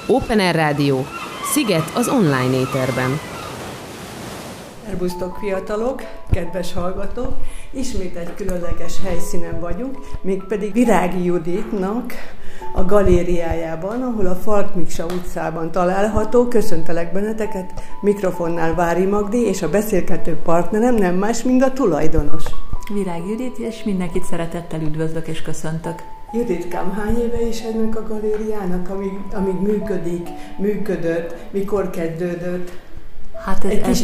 Open Air Rádió, Sziget az online éterben. Szerbusztok fiatalok, kedves hallgatók! Ismét egy különleges helyszínen vagyunk, mégpedig Virági Juditnak a galériájában, ahol a Falk Miksa utcában található. Köszöntelek benneteket, mikrofonnál Vári Magdi, és a beszélgető partnerem nem más, mint a tulajdonos. Virági Judit, és mindenkit szeretettel üdvözlök és köszöntök. Juditkám, hány éve is ennek a galériának, amíg működött, mikor kezdődött? Hát ez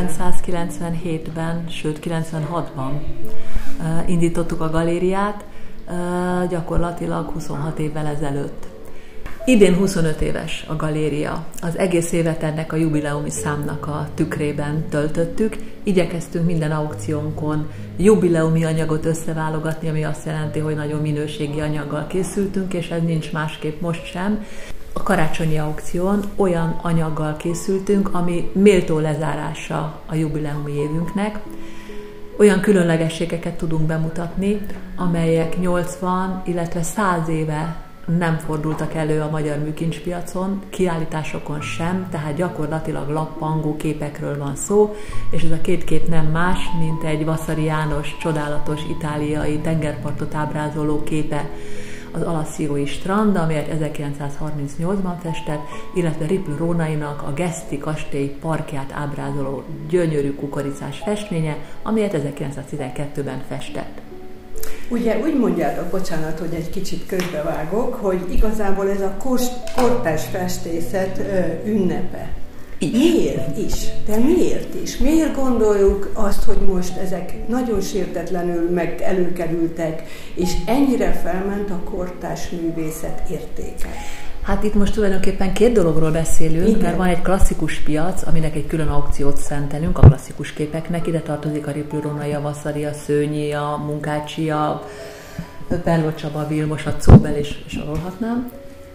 1997-ben, sőt 96-ban indítottuk a galériát, gyakorlatilag 26 évvel ezelőtt. Idén 25 éves a galéria. Az egész évet ennek a jubileumi számnak a tükrében töltöttük. Igyekeztünk minden aukciónkon jubileumi anyagot összeválogatni, ami azt jelenti, hogy nagyon minőségi anyaggal készültünk, és ez nincs másképp most sem. A karácsonyi aukción olyan anyaggal készültünk, ami méltó lezárása a jubileumi évünknek. Olyan különlegességeket tudunk bemutatni, amelyek 80, illetve 100 éve nem fordultak elő a magyar műkincspiacon, kiállításokon sem, tehát gyakorlatilag lappangó képekről van szó, és ez a két kép nem más, mint egy Vasari János csodálatos itáliai tengerpartot ábrázoló képe, az Alassziói strand, amelyet 1938-ban festett, illetve Riplő Rónainak a Geszti kastély parkját ábrázoló gyönyörű kukoricás festménye, amelyet 1912-ben festett. Ugye úgy mondjátok, bocsánat, hogy egy kicsit közbevágok, hogy igazából ez a kortárs festészet ünnepe. Miért is? De miért is? Miért gondoljuk azt, hogy most ezek nagyon sértetlenül meg előkerültek, és ennyire felment a kortárs művészet értéke? Hát itt most tulajdonképpen két dologról beszélünk, igen. Mert van egy klasszikus piac, aminek egy külön aukciót szentelünk, a klasszikus képeknek. Ide tartozik a Riplő Rónai, a Vasari, a Szőnyi, a Munkácsi, a Perló Csaba, a Vilmos, a Czóbel, és sorolhatnám.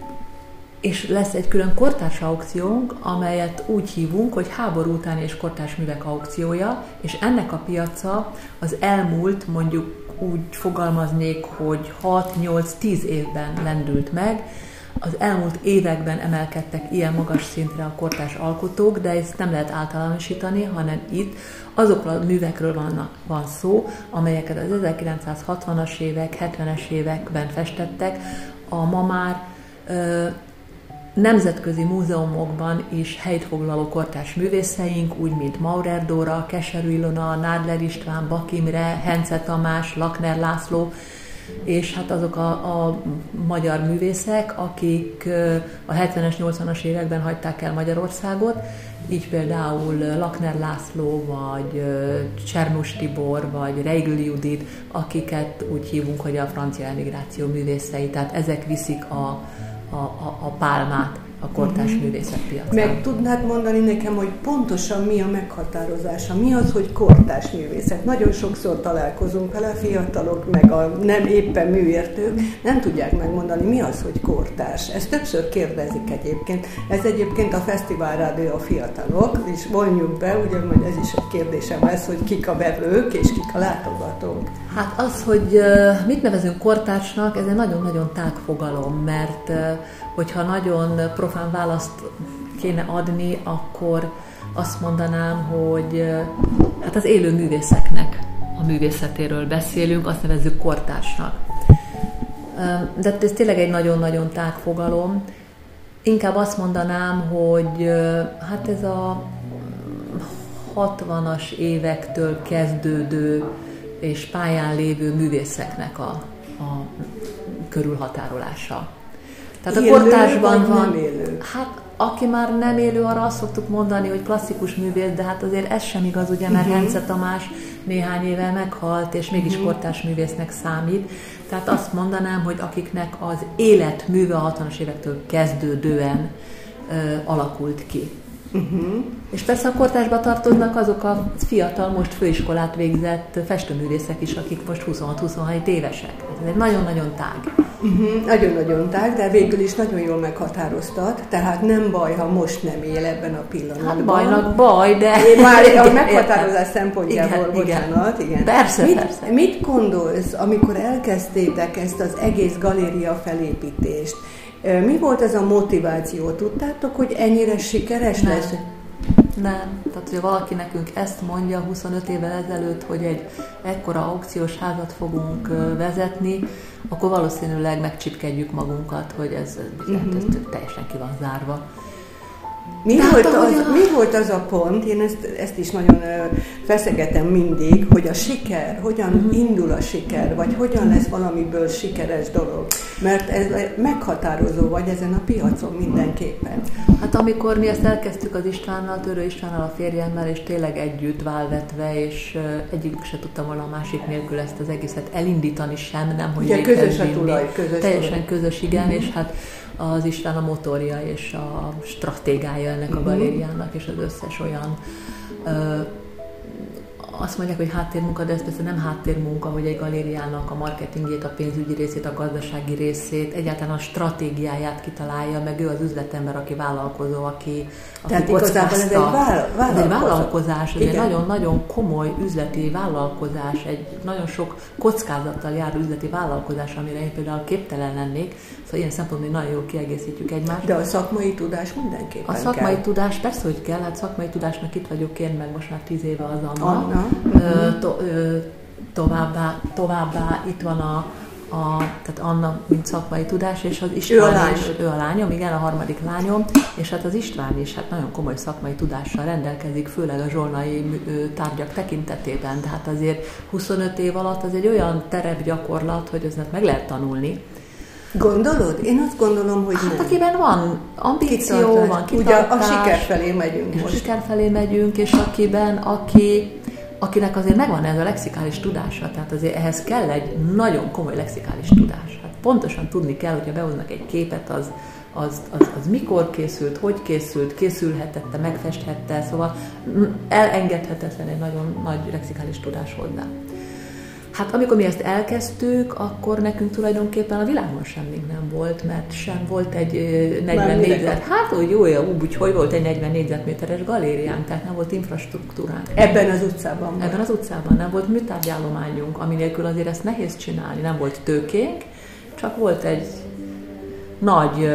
És lesz egy külön kortárs aukciónk, amelyet úgy hívunk, hogy háború utáni és kortárs művek aukciója, és ennek a piaca az elmúlt, mondjuk úgy fogalmaznék, hogy 6-8-10 évben lendült meg. Az elmúlt években emelkedtek ilyen magas szintre a kortárs alkotók, de ezt nem lehet általánosítani, hanem itt azokról a művekről van szó, amelyeket az 1960-as évek, 70-es években festettek, a ma már nemzetközi múzeumokban is helyt foglaló kortárs művészeink, úgy mint Maurer Dóra, Keserű Ilona, Nádler István, Bak Imre, Hence Tamás, Lakner László, és hát azok a magyar művészek, akik a 70-es, 80-as években hagyták el Magyarországot, így például Lakner László, vagy Csernus Tibor, vagy Reigl Judit, akiket úgy hívunk, hogy a francia emigráció művészei, tehát ezek viszik a pálmát a kortárs művészetpiacán. Meg tudnád mondani nekem, hogy pontosan mi a meghatározása? Mi az, hogy kortárs művészet? Nagyon sokszor találkozunk vele, fiatalok, meg a nem éppen műértők, nem tudják megmondani, mi az, hogy kortárs. Ezt többször kérdezik egyébként. Ez egyébként a Fesztivál Rádió a fiatalok, és vonjuk be, ugye, hogy ez is egy kérdésem lesz, hogy kik a vevők és kik a látogatók. Hát az, hogy mit nevezünk kortársnak, ez egy nagyon-nagyon tág fogalom, mert hogyha nagyon profán választ kéne adni, akkor azt mondanám, hogy hát az élő művészeknek a művészetéről beszélünk, azt nevezzük kortársnak. De ez tényleg egy nagyon-nagyon tág fogalom. Inkább azt mondanám, hogy hát ez a 60-as évektől kezdődő és pályán lévő művészeknek a körülhatárolása. Tehát élő, a kortársban van, hát aki már nem élő, arra azt szoktuk mondani, hogy klasszikus művész, de hát azért ez sem igaz, ugye, mert Hence Tamás néhány éve meghalt, és mégis kortárs művésznek számít. Tehát azt mondanám, hogy akiknek az életműve a 60-as évektől kezdődően alakult ki. És persze a kortársba tartoznak azok a fiatal, most főiskolát végzett festőművészek is, akik most 26-27 évesek. Ez egy nagyon-nagyon tág. Nagyon-nagyon tág, de végül is nagyon jól meghatároztad, tehát nem baj, ha most nem él ebben a pillanatban. Hát bajnak baj, de... Már a meghatározás szempontjából, bocsánat, igen. Persze. Mit gondolsz, amikor elkezdtétek ezt az egész galéria felépítést, Mi volt ez a motiváció? Tudtátok, hogy ennyire sikeres lesz? Nem. Tehát, hogyha valaki nekünk ezt mondja 25 évvel ezelőtt, hogy egy ekkora aukciós házat fogunk vezetni, akkor valószínűleg megcsipkedjük magunkat, hogy ez teljesen ki van zárva. Mi volt az a pont, én ezt is nagyon feszegetem mindig, hogy a siker, hogyan indul a siker, vagy hogyan lesz valamiből sikeres dolog. Mert ez meghatározó vagy ezen a piacon mindenképpen. Hát amikor mi ezt elkezdtük az Istvánnal, Törő Istvánnal, a férjemmel, és tényleg együtt válvetve, és egyikük se tudtam volna a másik nélkül ezt az egészet elindítani sem, nem hogy közös a tulaj, teljesen közös, igen, és hát az István a motorja és a stratégája ennek a galériának, és az összes olyan azt mondják, hogy háttérmunka, de ez persze nem háttérmunka, hogy egy galériának a marketingjét, a pénzügyi részét, a gazdasági részét, egyáltalán a stratégiáját kitalálja, meg ő az üzletember, aki vállalkozó, aki kockáztat. Ez egy vállalkozás, ez egy nagyon-nagyon komoly üzleti vállalkozás, egy nagyon sok kockázattal járó üzleti vállalkozás, amire én például képtelen lennék, szóval ilyen szempontból nagyon jól kiegészítjük egymást. De a szakmai tudás mindenképpen a szakmai kell. tudás persze, hogy kell, hát szakmai tudásnak itt vagyok én, meg most már 10 éve az Anna. Továbbá itt van tehát Anna, mint szakmai tudás, és az István ő a lányom, igen, a harmadik lányom, és hát az István is hát nagyon komoly szakmai tudással rendelkezik, főleg a zsolnai tárgyak tekintetében, tehát azért 25 év alatt az egy olyan terepgyakorlat, hogy ezt meg lehet tanulni. Gondolod? Én azt gondolom, hogy hát akiben van ambíció, van kitartás. Ugye a siker felé megyünk most. A siker felé megyünk, és akinek azért megvan ez a lexikális tudása, tehát azért ehhez kell egy nagyon komoly lexikális tudás. Hát pontosan tudni kell, hogyha behoznak egy képet, az mikor készült, hogy készült, készülhetette, megfesthette, szóval elengedhetetlen egy nagyon nagy lexikális tudás hozzá. Hát amikor mi ezt elkezdtük, akkor nekünk tulajdonképpen a világon semmi nem volt, mert sem volt egy 40 négyzet. Hát úgy volt egy 40 négyzetméteres galériánk, tehát nem volt infrastruktúránk. Ebben az utcában? Ebben az utcában nem volt műtárgyállományunk, ami nélkül azért ezt nehéz csinálni. Nem volt tőkénk, csak volt egy nagy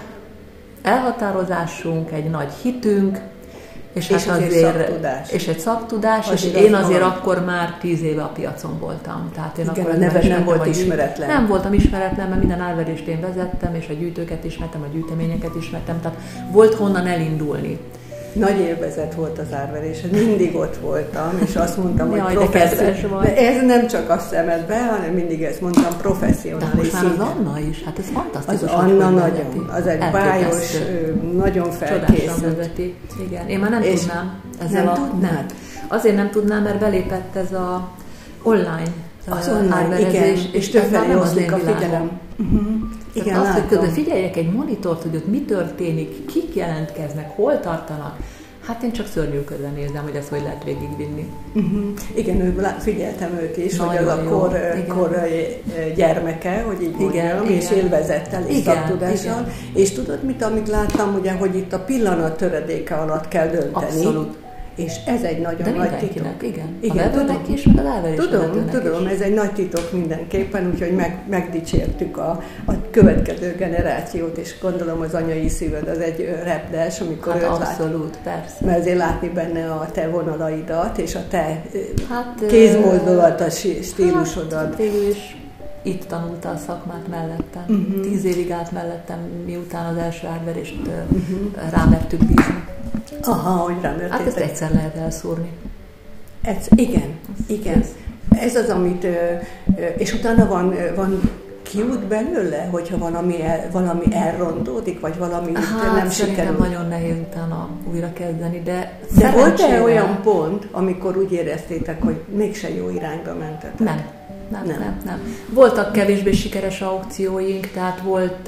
elhatározásunk, egy nagy hitünk, és hát szaktudás. Egy szaktudás, és én azért akkor már 10 éve a piacon voltam. Tehát én igen, akkor a neved nem volt ismeretlen. Nem voltam ismeretlen, mert minden árverést én vezettem, és a gyűjtőket ismertem, a gyűjteményeket ismertem, tehát volt honnan elindulni. Nagy élvezet volt az árverés, mindig ott voltam, és azt mondtam, hogy professzionális. Ez nem csak a szemedbe, hanem mindig ezt mondtam, professzionális. Most már az Anna is, hát ez fantasztikus. Az Anna nagyon, az egy bájos, nagyon felkészült. Igen, én már nem tudnám. Nem tudnád? Azért nem tudnám, mert belépett ez a online árverezés, és többfelé oszlik a figyelem. Igen, azt, hogy közben figyeljek egy monitort, hogy ott mi történik, kik jelentkeznek, hol tartanak, hát én csak szörnyűködve nézem, hogy ezt hogy lehet végigvinni. Igen, figyeltem őt is, hogy az a kor gyermeke, hogy így mondjam, és élvezettel, és szaktudással. És tudod mit, amit láttam, ugye, hogy itt a pillanat töredéke alatt kell dönteni. Abszolút. És ez egy nagyon nagy titok. Igen, a vevőnek is, meg az elverés Tudom, ez egy nagy titok mindenképpen, úgyhogy megdicsértük a következő generációt, és gondolom az anyai szíved az egy repdes, amikor hát abszolút, persze. Mert azért látni benne a te vonalaidat, és a te kézmozdulatos stílusodat. Hát, végül is itt tanulta a szakmát mellettem. 10 évig állt mellettem, miután az első árverést rámertük bízni. Aha, hogy rámertétek. Hát ezt egyszer lehet elszúrni. Igen. Ez az, amit... És utána van kiút belőle, hogyha valami elrontódik, vagy valami nem sikerül? Nagyon nehéz utána újra kezdeni, de volt-e olyan pont, amikor úgy éreztétek, hogy mégse jó irányba mentetek? Nem. Voltak kevésbé sikeres aukcióink, tehát volt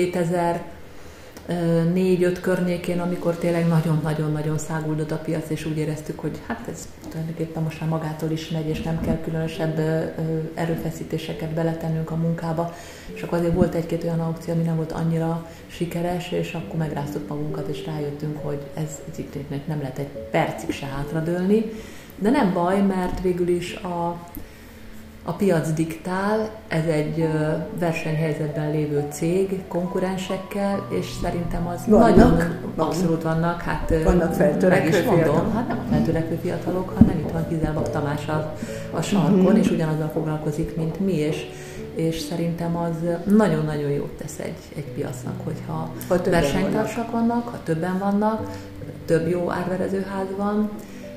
2004-5 környékén, amikor tényleg nagyon-nagyon-nagyon száguldott a piac, és úgy éreztük, hogy hát ez tulajdonképpen most már magától is megy, és nem kell különösebb erőfeszítéseket beletennünk a munkába. És akkor azért volt egy-két olyan aukció, ami nem volt annyira sikeres, és akkor megráztuk magunkat, és rájöttünk, hogy ez itt nem lehet egy percig se hátradőlni. De nem baj, mert végül is A piac diktál, ez egy versenyhelyzetben lévő cég konkurensekkel, és szerintem az nagyon abszolút vannak. Hát vannak feltörekvő fiatalok. Hát nem a feltörekvő fiatalok, hanem itt van Kizelbak Tamás a sarkon, és ugyanazzal foglalkozik, mint mi, és szerintem az nagyon-nagyon jót tesz egy piacnak, hogyha versenytársak vannak, ha többen vannak, több jó árverezőház van,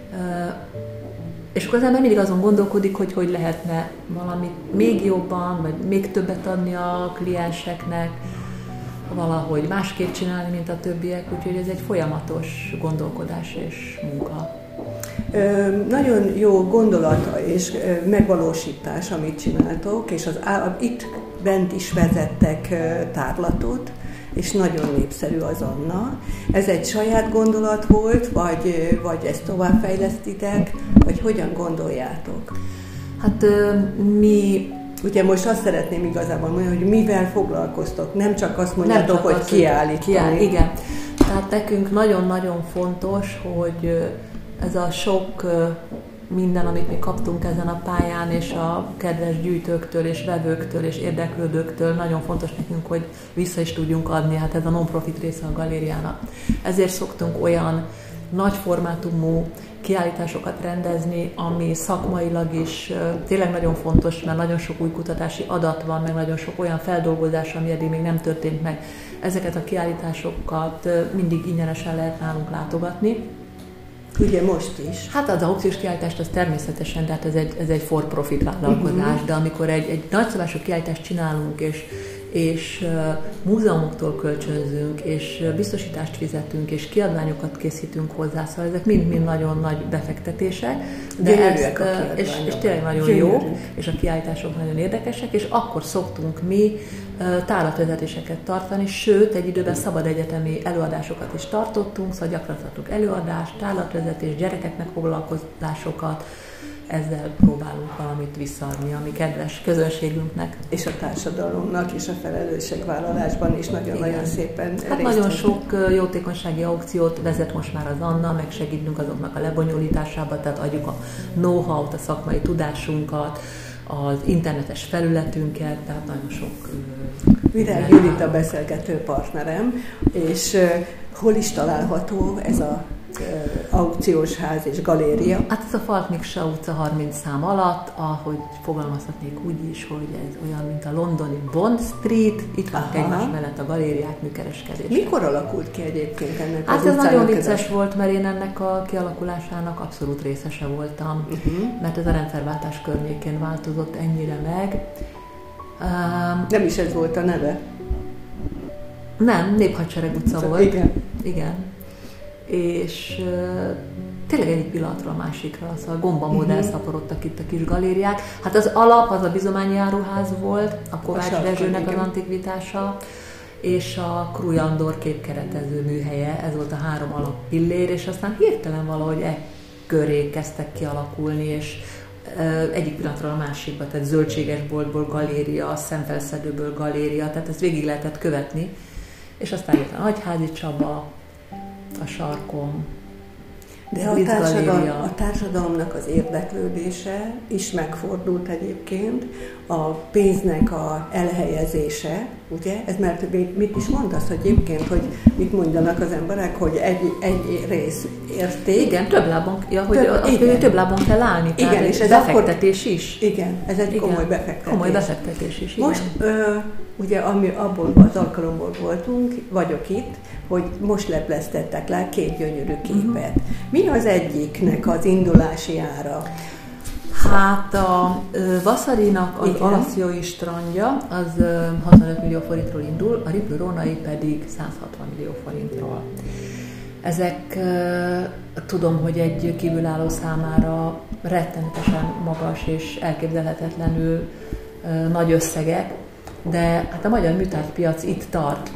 és akkor az ember mindig azon gondolkodik, hogy lehetne valamit még jobban, vagy még többet adni a klienseknek, valahogy másképp csinálni, mint a többiek, úgyhogy ez egy folyamatos gondolkodás és munka. Nagyon jó gondolata és megvalósítás, amit csináltok, és itt bent is vezettek tárlatot, és nagyon népszerű az Anna. Ez egy saját gondolat volt, vagy ezt továbbfejlesztitek, vagy hogyan gondoljátok? Hát mi... Ugye most azt szeretném igazából mondani, hogy mivel foglalkoztok, nem csak azt mondjátok, hogy kiállítani. Igen. Tehát nekünk nagyon-nagyon fontos, hogy ez a sok minden, amit mi kaptunk ezen a pályán, és a kedves gyűjtőktől, és vevőktől, és érdeklődőktől, nagyon fontos nekünk, hogy vissza is tudjunk adni, hát ez a non-profit része a galériának. Ezért szoktunk olyan nagy formátumú kiállításokat rendezni, ami szakmailag is tényleg nagyon fontos, mert nagyon sok új kutatási adat van, meg nagyon sok olyan feldolgozás, ami eddig még nem történt meg. Ezeket a kiállításokat mindig ingyenesen lehet nálunk látogatni. Ugye most is. Hát az aukciós kiállítást az természetesen, tehát ez egy for-profit vállalkozás, de amikor egy nagyszabású kiállítást csinálunk, és múzeumoktól kölcsönzünk, és biztosítást fizetünk, és kiadványokat készítünk hozzá, szóval ezek mind nagyon nagy befektetések, de és tényleg nagyon jó, és a kiállítások nagyon érdekesek, és akkor szoktunk mi tárlatvezetéseket tartani, sőt, egy időben szabad egyetemi előadásokat is tartottunk, szóval gyakran tartunk előadást, tárlatvezetés, gyerekeknek foglalkozásokat, ezzel próbálunk valamit visszaadni, ami kedves közönségünknek. És a társadalomnak és a felelősségvállalásban is nagyon-nagyon szépen hát nagyon sok jótékonysági aukciót vezet most már az Anna, meg segítünk azoknak a lebonyolításába, tehát adjuk a know-how-t, a szakmai tudásunkat, az internetes felületünket, tehát nagyon sok... Virág Judit a beszélgető partnerem, és hol is található ez a aukciós ház és galéria? Hát ez a Falk Miksa utca 30 szám alatt, ahogy fogalmazhatnék úgy is, hogy ez olyan, mint a londoni Bond Street, itt van egymás mellett a galériák, műkereskedések. Mikor alakult ki egyébként ennek hát az utcának? Hát ez nagyon vicces volt, mert én ennek a kialakulásának abszolút részese voltam, mert ez a rendszerváltás környékén változott ennyire meg. Nem is ez volt a neve? Nem, Néphadsereg utca volt. Igen. És tényleg egyik pillanatról a másikra, szóval gombamód elszaporodtak itt a kis galériák. Hát az alap, az a bizományi áruház volt, a Kovács Dezsőnek az antikvitása, és a Krúj Andor képkeretező műhelye, ez volt a 3 alappillér, és aztán hirtelen valahogy köré kezdtek kialakulni, és egyik pillanatról a másikba, tehát zöldségesboltból galéria, szemfelszedőből galéria, tehát ezt végig lehetett követni, és aztán jött a Nagyházi Csaba, a sarkom. De a társadalomnak az érdeklődése is megfordult egyébként, a pénznek a elhelyezése, ugye? Ez mert mit is mondasz, hogy egyébként, hogy mit mondanak az emberek, hogy egy rész érték. Igen, több lábon, több lábon kell állni, tehát igen, és ez befektetés akkor, is. Igen, ez egy komoly befektetés. Komoly befektetés is, igen. Most ugye abból az alkalomból vagyok itt, hogy most lepleztettek le 2 gyönyörű képet. Mi az egyiknek az indulási ára? Hát a Vaszarinak az Alasziói strandja, az 65 millió forintról indul, a Riplő Rónai pedig 160 millió forintról. Ezek tudom, hogy egy kívülálló számára rettenetesen magas és elképzelhetetlenül nagy összegek, de hát a magyar műtárgypiac itt tart.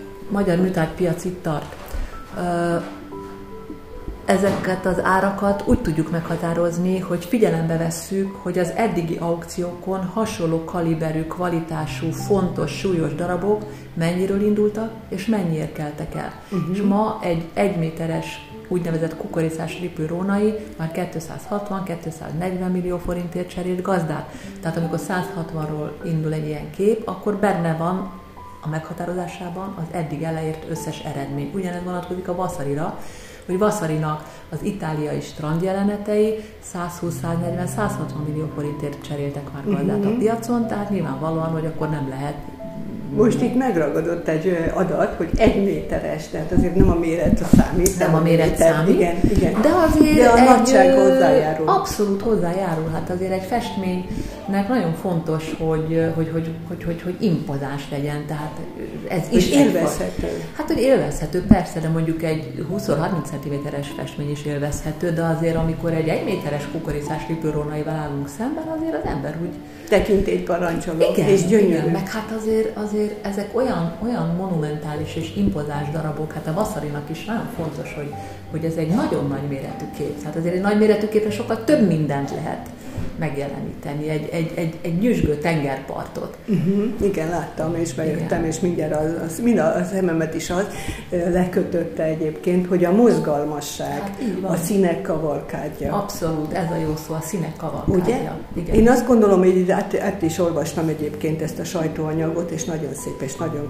Ezeket az árakat úgy tudjuk meghatározni, hogy figyelembe vesszük, hogy az eddigi aukciókon hasonló kaliberű, kvalitású, fontos, súlyos darabok mennyiről indultak, és mennyiért keltek el. És ma egy 1 méteres úgynevezett kukoricás ripő Rónai már 260-240 millió forintért cserélt gazdát. Tehát amikor 160-ról indul egy ilyen kép, akkor benne van a meghatározásában az eddig elért összes eredmény. Ugyanez vonatkozik a Vasarira, hogy Vasarinak az itáliai strandjelenetei 120-140-160 millió forintért cseréltek már gazdát a piacon, tehát nyilvánvalóan, hogy akkor nem lehet. Most itt megragadott egy adat, hogy 1 méteres, tehát azért nem a méret számít. Nem a méret számít, igen. De azért de a nagyság hozzájárul. Abszolút hozzájárul. Hát azért egy festménynek nagyon fontos, hogy impozás legyen, tehát ez is élvezhető. Hát, hogy élvezhető, persze, de mondjuk egy 20x30 cm-es festmény is élvezhető, de azért amikor egy 1 méteres kukoricás ripőrónaival állunk szemben, azért az ember úgy tekintélyt parancsolok, és gyönyörű. Igen, meg hát azért ezek olyan monumentális és impozáns darabok, hát a Vasarinak is nagyon fontos, hogy ez egy nagyon nagy méretű kép. Hát azért egy nagy méretű képre sokkal több mindent lehet megjeleníteni, egy nyüzsgő tengerpartot. Igen, láttam, és bejöttem, és mindjárt az szememet is az lekötötte egyébként, hogy a mozgalmasság, a színek kavalkádja. Abszolút, ez a jó szó, a színek kavalkádja. Ugye? Igen. Én azt gondolom, hogy át is olvastam egyébként ezt a sajtóanyagot, és nagyon szép, és nagyon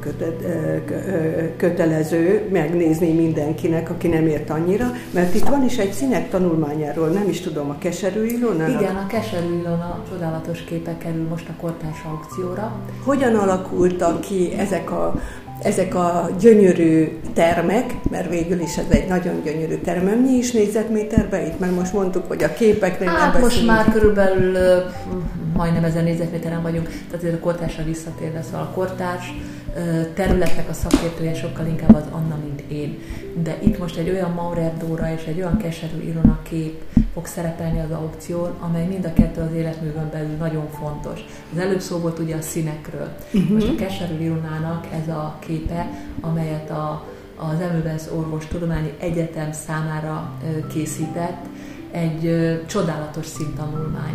kötelező megnézni mindenkinek, aki nem ért annyira, mert itt van is egy színek tanulmányáról, nem is tudom, a Keserű Ilona. Igen, a Keserű Ilona csodálatos képe kerül most a kortárs aukcióra. Hogyan alakultak ki ezek a gyönyörű termek, mert végül is ez egy nagyon gyönyörű term. Mennyi is négyzetméterbe itt? Mert most mondtuk, hogy a képeknél nem beszélünk. Most már körülbelül majdnem 1000 négyzetméteren vagyunk, tehát ez a kortársra visszatérve, szóval a kortárs területnek a szakértője sokkal inkább az Anna, mint én. De itt most egy olyan Maurer Dóra és egy olyan Keserű Ilona kép fog szerepelni az aukción, amely mind a kettő az életművön belül nagyon fontos. Az előbb szó volt ugye a színekről. Most a Keserű Ilonának ez a képe, amelyet az Emelvens Orvostudományi Egyetem számára készített, egy csodálatos színtanulmány.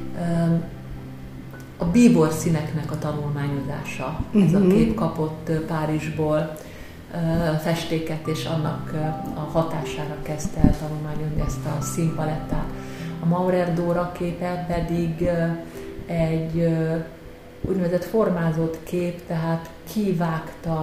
A bíbor színeknek a tanulmányozása. Ez a kép kapott Párizsból festéket, és annak a hatására kezdte el tanulmányozni ezt a színpalettát. A Maurer Dóra képe pedig egy úgynevezett formázott kép, tehát kivágta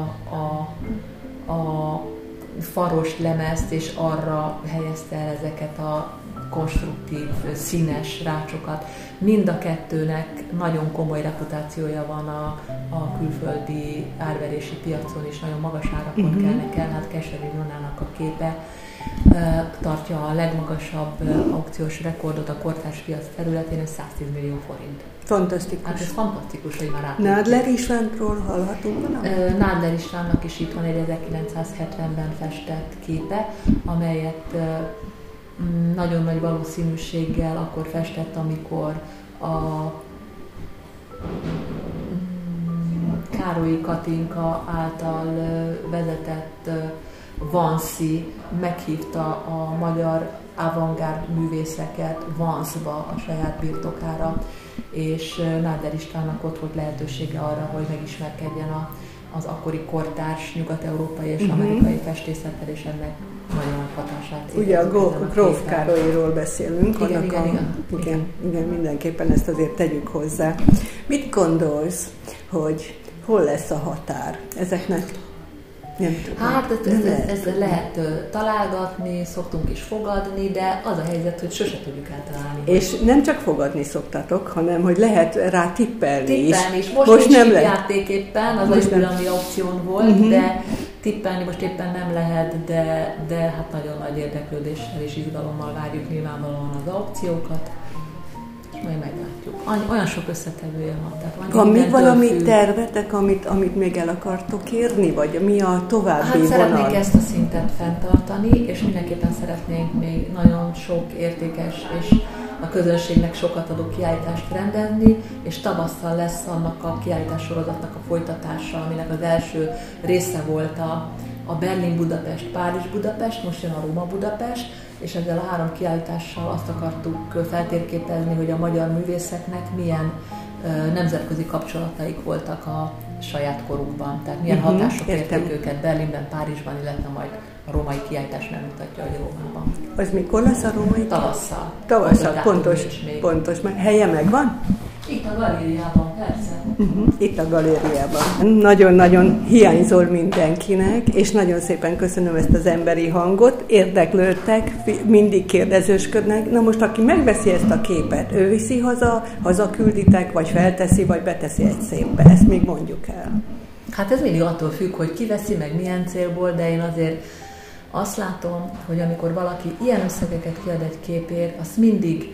a faros lemezt, és arra helyezte el ezeket a konstruktív, színes rácsokat. Mind a kettőnek nagyon komoly reputációja van a külföldi árverési piacon is, nagyon magas árakon kelnek el. Hát Keserű Ilonának a képe tartja a legmagasabb aukciós rekordot a kortárs piac területén, ez 110 millió forint. Fantasztikus. Hát ez fantasztikus, hogy már átértünk. Nádler Istvánról hallhatunk valamit? Nádler Istvánnak is itt van egy 1970-ben festett képe, amelyet nagyon nagy valószínűséggel akkor festett, amikor a Károlyi Katinka által vezetett Vanszi meghívta a magyar avantgárd művészeket Vanszba, a saját birtokára, és Nádler Istvánnak ott volt lehetősége arra, hogy megismerkedjen az akkori kortárs nyugat-európai és amerikai festészettel, és ennek nagyon nagy hatását. Ugye a Gróf Károlyról beszélünk. Igen, mindenképpen ezt azért tegyük hozzá. Mit gondolsz, hogy hol lesz a határ ezeknek? Nem tudom. Hát ezt lehet találgatni, szoktunk is fogadni, de az a helyzet, hogy sose tudjuk eltalálni. És nem csak fogadni szoktatok, hanem hogy lehet rá tippelni is. Most nem lehet. Játéképpen, az egyébként aukción volt, de tippelni most éppen nem lehet, de hát nagyon nagy érdeklődéssel és izgalommal várjuk nyilvánvalóan az aukciókat. Majd meglátjuk. Olyan sok összetevője van. Van még valami tervetek, amit még el akartok érni, vagy mi a további vonal? Szeretnénk ezt a szintet fenntartani, és mindenképpen szeretnénk még nagyon sok értékes és a közönségnek sokat adó kiállítást rendezni, és tavasszal lesz annak a kiállítássorozatnak a folytatása, aminek az első része volt a Berlin-Budapest, Párizs-Budapest, most jön a Róma-Budapest, és ezzel a 3 kiállítással azt akartuk feltérképezni, hogy a magyar művészeknek milyen nemzetközi kapcsolataik voltak saját korunkban. Tehát milyen hatások érték őket Berlinben, Párizsban, illetve majd a római kiállítás megmutatja, hogy Rómában. Az mikor lesz a római? Tavasszal. Tavasszal, pontos. Helye megvan? Itt a galériában, persze. Itt a galériában. Nagyon-nagyon hiányzol mindenkinek, és nagyon szépen köszönöm ezt az emberi hangot. Érdeklődtek, mindig kérdezősködnek. Na most, aki megveszi ezt a képet, ő viszi haza külditek, vagy felteszi, vagy beteszi egy székbe. Ezt még mondjuk el. Hát ez mindig attól függ, hogy ki veszi, meg milyen célból, de én azért azt látom, hogy amikor valaki ilyen összegeket kiad egy képért, azt mindig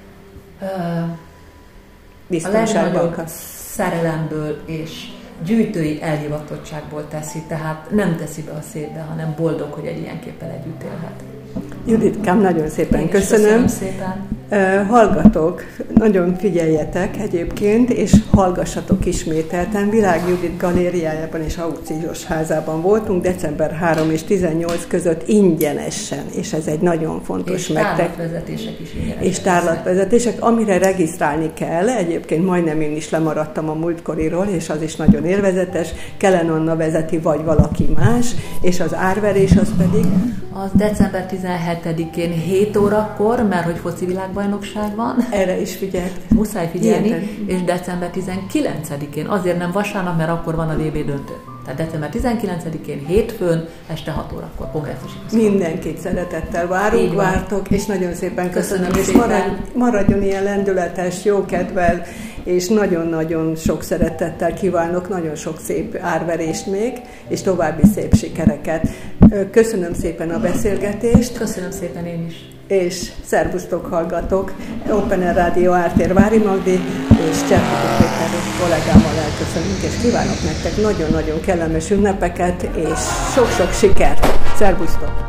a legnagyobb szerelemből és gyűjtői elhivatottságból teszi, tehát nem teszi be a székbe, hanem boldog, hogy egy ilyen képpel együtt élhet. Juditkám, nagyon szépen köszönöm. Szépen. Hallgatok, nagyon figyeljetek egyébként, és hallgassatok ismételten. Világ Judit galériájában és aukciós házában voltunk december 3 és 18 között ingyenesen, és ez egy nagyon fontos és tárlatvezetések is ingyenesek. És tárlatvezetések, amire regisztrálni kell. Egyébként majdnem én is lemaradtam a múltkoriról, és az is nagyon élvezetes. Kellen Anna vezeti, vagy valaki más, és az árverés az pedig... Az december 17-én 7 órakor, mert hogy foci világbajnokság van. Erre is figyelj. Muszáj figyelni. És december 19-én, azért nem vasárnap, mert akkor van a VB döntő. Tehát december 19-én hétfőn, este 6 órakor kongresszusi. Mindenkit szeretettel vártok, és nagyon szépen köszönöm. És maradjon ilyen lendületes, jókedvel, és nagyon-nagyon sok szeretettel kívánok, nagyon sok szép árverést még, és további szép sikereket. Köszönöm szépen a beszélgetést. Köszönöm szépen én is. És szervusztok, hallgatók! Open Air Rádió Ártér Vári Magdi és Cserkuti Péter kollégámmal elköszönünk, és kívánok nektek nagyon-nagyon kellemes ünnepeket, és sok-sok sikert! Szervusztok!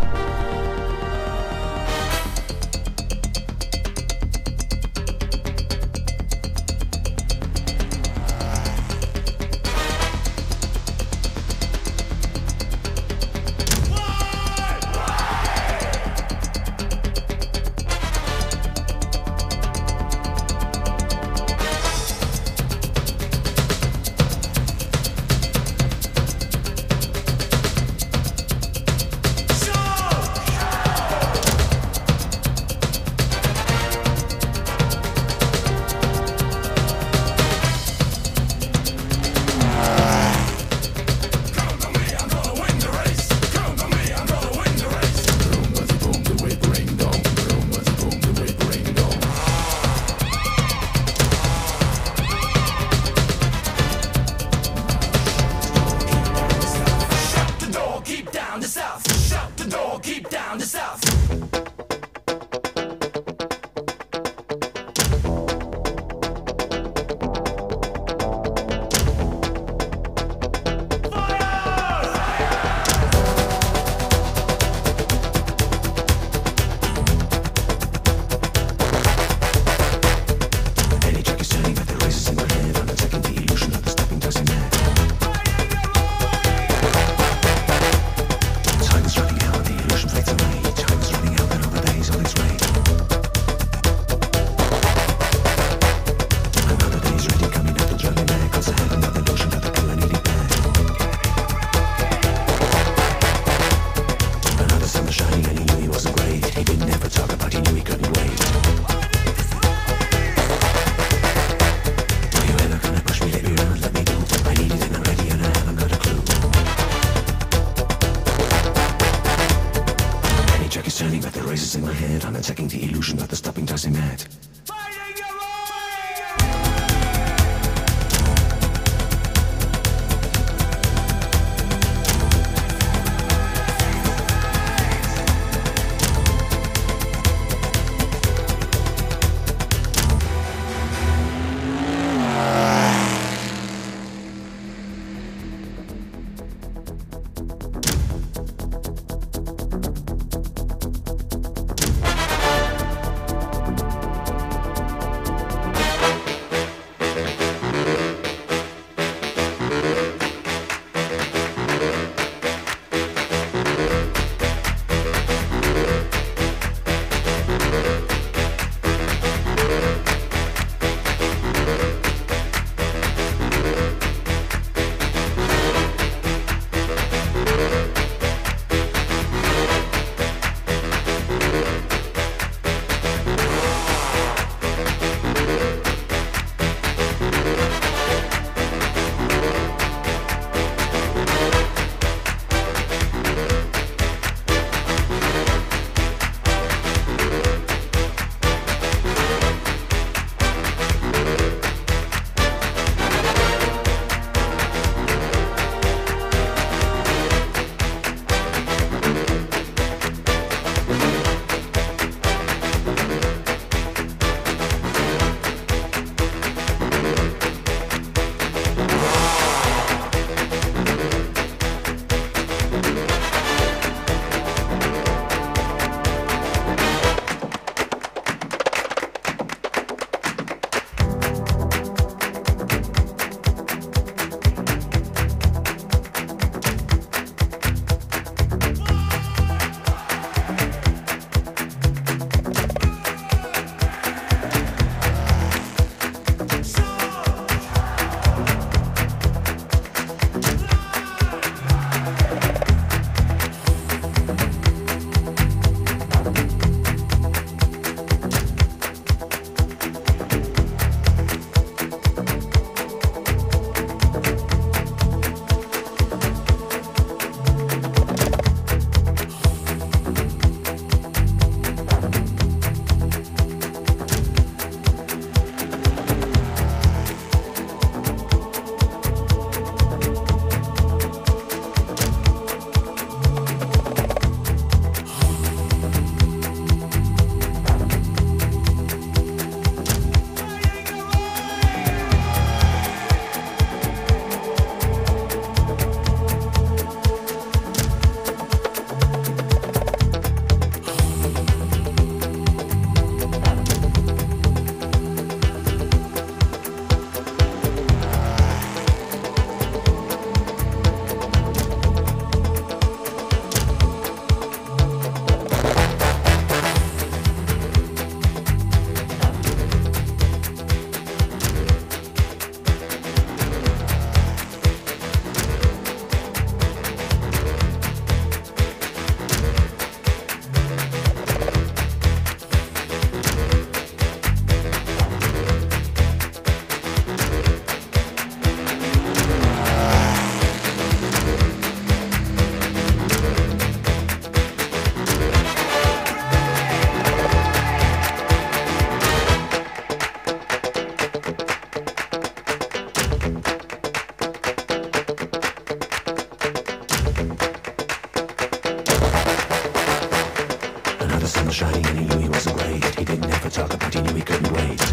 shining and he knew he wasn't great. He didn't have to talk about, he knew he couldn't wait.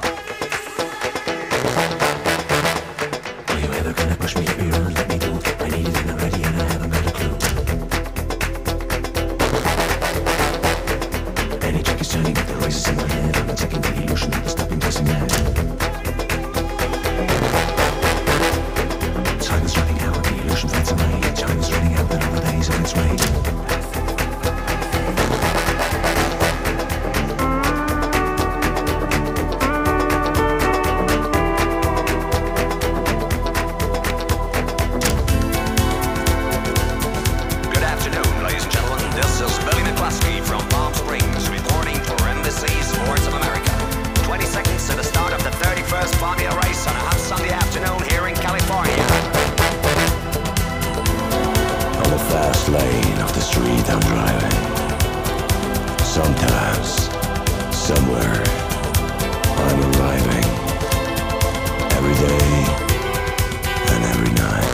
Were you ever gonna push me, let me run, let me do? I need it and I'm ready and I haven't got a clue. Any trick is turning with the voices in my head. I'm attacking the illusion of the stopping pressing mad. Time is running out, the illusion fades away. Time is running out, another day's on its way. Lane of the street I'm driving. Sometimes, somewhere, I'm arriving. Every day and every night.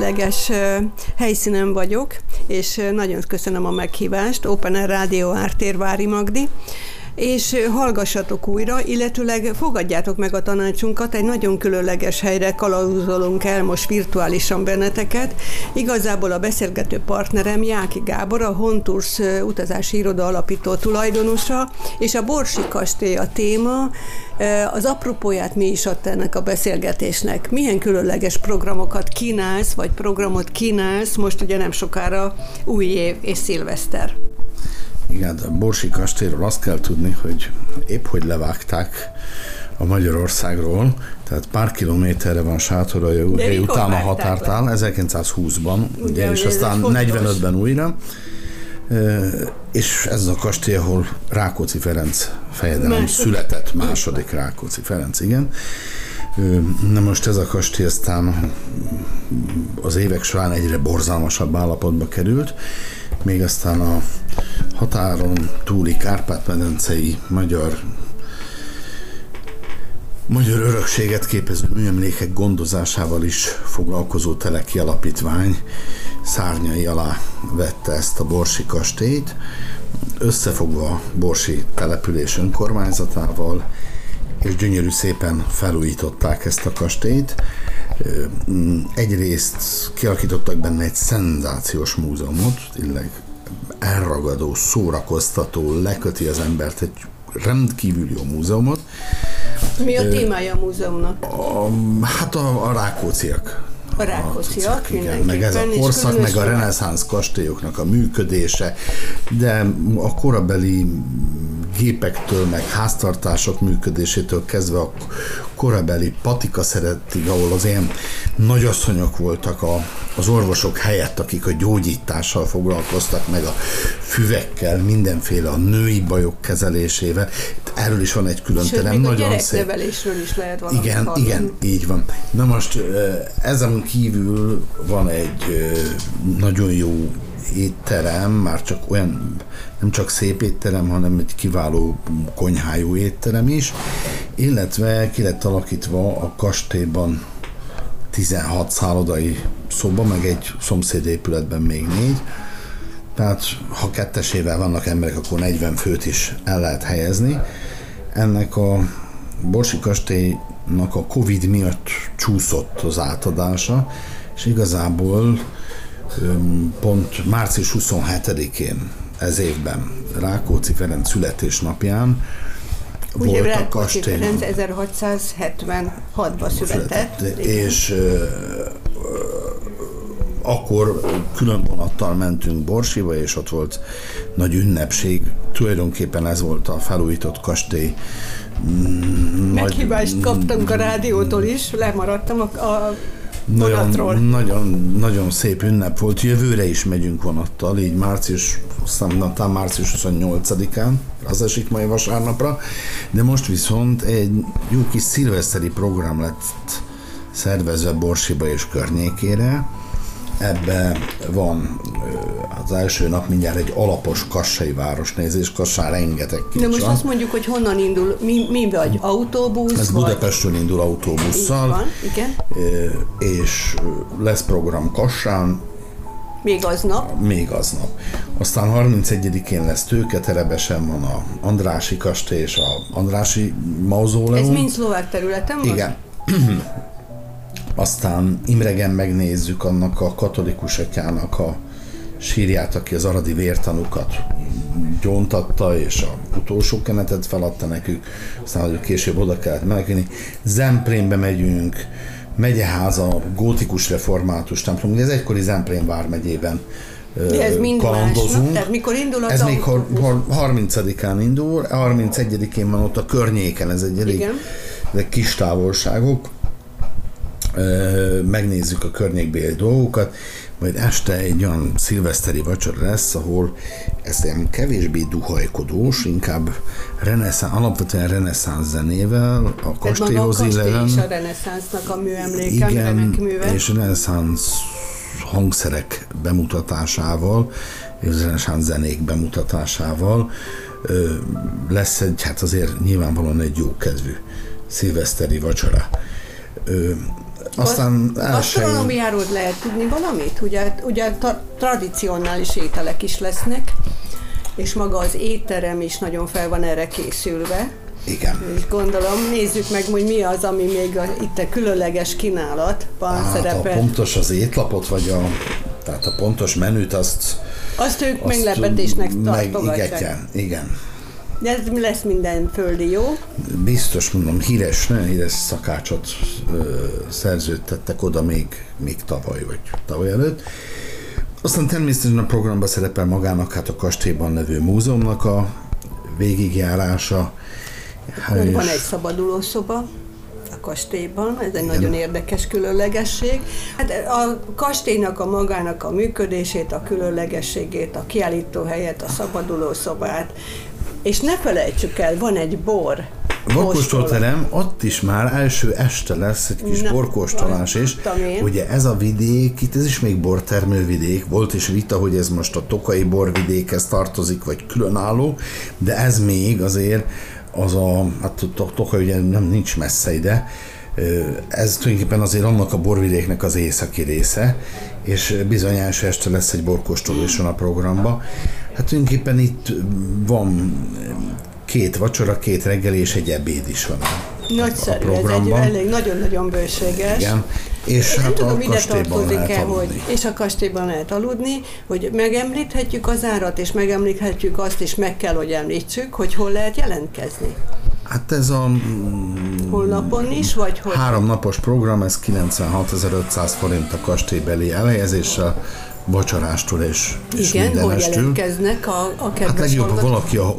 különleges helyszínen vagyok, és nagyon köszönöm a meghívást. Open Air Rádió Ártér, Vári Magdi. És hallgassatok újra, illetőleg fogadjátok meg a tanácsunkat, egy nagyon különleges helyre kalauzolunk el most virtuálisan benneteket. Igazából a beszélgető partnerem Jáki Gábor, a Hontours utazási iroda alapító tulajdonosa, és a Borsi kastély a téma. Az apropóját mi is adta ennek a beszélgetésnek? Milyen különleges programokat kínálsz, vagy programot kínálsz, most ugye nem sokára új év és szilveszter? Igen, a Borsi kastélyról azt kell tudni, hogy épp hogy levágták a Magyarországról, tehát pár kilométerre van Sátoraljaújhely után a határtál, 1920-ban, ugye, és aztán 45-ben újra, és ez a kastély, ahol Rákóczi Ferenc fejedelem született, második Rákóczi Ferenc, igen. Na most ez a kastély aztán az évek során egyre borzalmasabb állapotba került, még aztán a határon túli Kárpát-medencei magyar örökséget képező műemlékek gondozásával is foglalkozó Teleki Alapítvány szárnyai alá vette ezt a Borsi kastélyt, összefogva Borsi település önkormányzatával, és gyönyörű szépen felújították ezt a kastélyt. Egyrészt kialakítottak benne egy szenzációs múzeumot, tényleg elragadó, szórakoztató, leköti az embert, egy rendkívül jó múzeumot. Mi a témája a múzeumnak? Hát a rákócziak. A rákócziak, igen, meg ez a korszak, meg a reneszánsz kastélyoknak a működése, de a korabeli gépektől, meg háztartások működésétől kezdve a korabeli patika szerettig, ahol az ilyen nagyasszonyok voltak az orvosok helyett, akik a gyógyítással foglalkoztak, meg a füvekkel, mindenféle a női bajok kezelésével. Erről is van egy külön terem, nagyon szép. Gyereknevelésről is lehet valamit hallani. Igen, így van. Na most ezen kívül van egy nagyon jó étterem, már csak olyan, nem csak szép étterem, hanem egy kiváló konyhájú étterem is, illetve ki lett alakítva a kastélyban 16 szállodai szoba, meg egy szomszédépületben még 4. Tehát ha kettesével vannak emberek, akkor 40 főt is el lehet helyezni. Ennek a Borsi kastélynak a Covid miatt csúszott az átadása, és igazából pont március 27-én ez évben, Rákóczi Ferenc születésnapján volt a kastély. Ferenc 1676-ban született. És akkor külön vonattal mentünk Borsiba, és ott volt nagy ünnepség. Tulajdonképpen ez volt a felújított kastély. Meghívást kaptunk a rádiótól is, lemaradtam a vonatról. Nagyon szép ünnep volt. Jövőre is megyünk vonattal, így március 28-án, az esik majd vasárnapra, de most viszont egy jó kis szilveszteri program lett szervezve Borsiba és környékére. Ebbe van az első nap mindjárt egy alapos kassai városnézés, Kassán rengeteg kincs. De most azt mondjuk, hogy honnan indul, mi vagy autóbusz? Ez Budapestről indul autóbusszal. Van, igen. És lesz program Kassán. Még aznap. Aztán 31-én lesz Tőketerebesen, van a Andrássy kastély és a Andrássy mauzóleum. Ez mind szlovák területen van? Igen. Aztán Imregen megnézzük annak a katolikus atyának a sírját, aki az aradi vértanukat gyóntatta, és a utolsó kenetet feladta nekük, aztán hogy később oda kellett menekülni. Zemplénbe megyünk, megyeháza, gótikus református templom, ez egykori Zemplén vármegyében kalandozunk. Tehát mikor indul az ez még 30-án indul, 31-én van ott a környéken, ez egy elég kis távolságok. Megnézzük a környékbeli dolgokat, majd este egy olyan szilveszteri vacsora lesz, ahol ez ilyen kevésbé duhajkodós, inkább alapvetően reneszánsz zenével, a kastélyhoz illeten. És a reneszánsznak a műemléke, remek műve. És reneszánsz hangszerek bemutatásával, és reneszánsz zenék bemutatásával lesz egy, hát azért nyilvánvalóan egy jókedvű szilveszteri vacsora. Aztán gasztronómiáról lehet tudni valamit? Ugye tradicionális ételek is lesznek, és maga az étterem is nagyon fel van erre készülve. Igen. És gondolom, nézzük meg, hogy mi az, ami még itt a különleges kínálatban szerepel. Pontos az étlapot, vagy tehát a pontos menüt, azt ők meglepetésnek tartogatják. Igen. De ez lesz minden földi jó. Biztos, mondom, nagyon híres szakácsot szerződtettek oda még tavaly, vagy tavaly előtt. Aztán természetesen a programban szerepel magának a kastélyban levő múzeumnak a végigjárása. Van egy szabadulószoba a kastélyban, ez egy nagyon érdekes különlegesség. Hát a kastélynak a magának a működését, a különlegességét, a kiállítóhelyet, a szabadulószobát, és ne felejtsük el, van egy borkóstolterem, ott is már első este lesz egy kis borkóstolás is. Ugye ez a vidék, itt ez is még bortermővidék, volt is vita, hogy ez most a tokai borvidékhez tartozik, vagy különálló, de ez még azért hát a Tokaj ugye nincs messze ide, ez tulajdonképpen azért annak a borvidéknek az északi része, és bizony első este lesz egy borkóstolóson a programba. Hát tulajdonképpen itt van 2 vacsora, 2 reggeli és egy ebéd is van nagyszerű, a programban. Ez egy elég nagyon-nagyon bőséges. Igen. És hát a kastélyban lehet aludni. És a kastélyban lehet aludni, hogy megemlíthetjük az árat, és megemlíthetjük azt, és meg kell, hogy említsük, hogy hol lehet jelentkezni. Hát ez a honlapon is, vagy hogy? 3 napos program, ez 96.500 forint a kastélybeli elhelyezéssel, vacsorástól és mindenestől. Igen, hol jelentkeznek a kedves hát legjobb, ha valaki a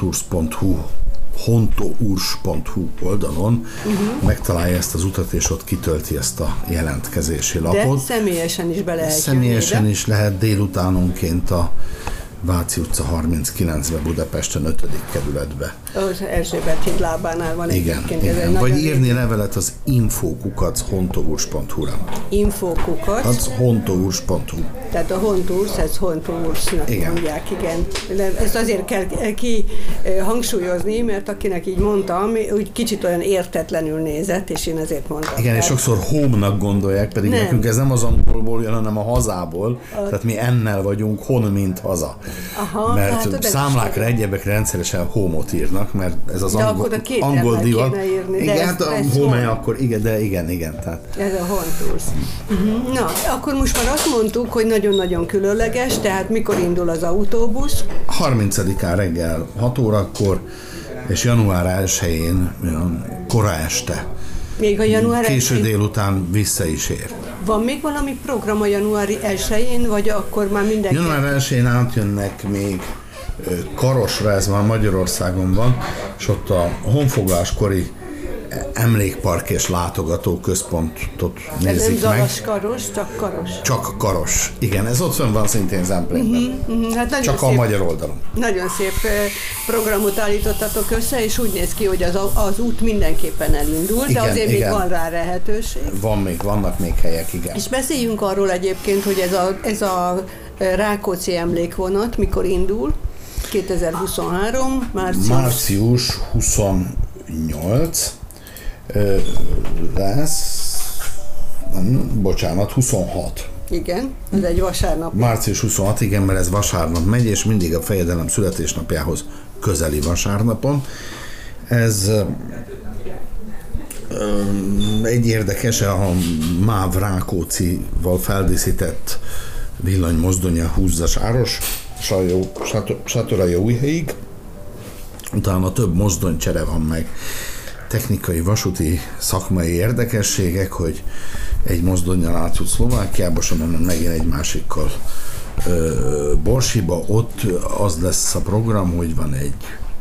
hontours.hu oldalon megtalálja ezt az utat, és ott kitölti ezt a jelentkezési lapot. De személyesen is be lehet Személyesen is lehet délutánonként a Váci utca 39-be, Budapesten 5. kerületbe. Az Erzsébet híd lábánál van egyébként. Igen. Vagy írni levelet az info@hontours.hu-ra. Hontours.hu. Tehát a Hontours, ez Hontoursnak mondják, igen. De ezt azért kell hangsúlyozni, mert akinek így mondtam, úgy kicsit olyan értetlenül nézett, és én ezért mondtam. Igen, és sokszor home-nak gondolják, pedig nekünk ez nem az angolból jön, hanem a hazából. Tehát mi ennel vagyunk, hon, mint haza. Aha, mert hát számlákra, egyebekre rendszeresen home-ot írnak, mert ez az angol divat. Igen, hát a home akkor igen, de igen. Tehát. Ez a Hontours. Na, akkor most már azt mondtuk, hogy nagyon-nagyon különleges, tehát mikor indul az autóbusz? 30-án reggel 6 órakor, és január 1-én kora este. Még a január 1-én? Késő délután vissza is ér. Van még valami program a januári 1-én, vagy akkor már mindenki? Január 1-én átjönnek még Karosra, ez már Magyarországon van, és ott a honfoglaláskori emlékpark és látogató központot nézik meg. Ez nem Zalas-Karos, csak Karos. Csak Karos. Igen, ez ott van szintén Zemplénben. Hát csak szép, a magyar oldalon. Nagyon szép programot állítottatok össze, és úgy néz ki, hogy az út mindenképpen elindul, de azért még van rá lehetőség. Vannak még helyek, igen. És beszéljünk arról egyébként, hogy ez a Rákóczi emlékvonat mikor indul? 2023, március 28 lesz, 26. Igen, ez egy vasárnap. Március 26, igen, mert ez vasárnap megy, és mindig a fejedelem születésnapjához közeli vasárnapon. Ez egy érdekes, a MÁV Rákóczival feldíszített villanymozdonya húzza Sátoraljaújhelyig, utána több mozdonycsere van meg, technikai, vasúti, szakmai érdekességek, hogy egy mozdonnyal átjut Szlovákiába, és onnan megint egy másikkal Borsiba. Ott az lesz a program, hogy van egy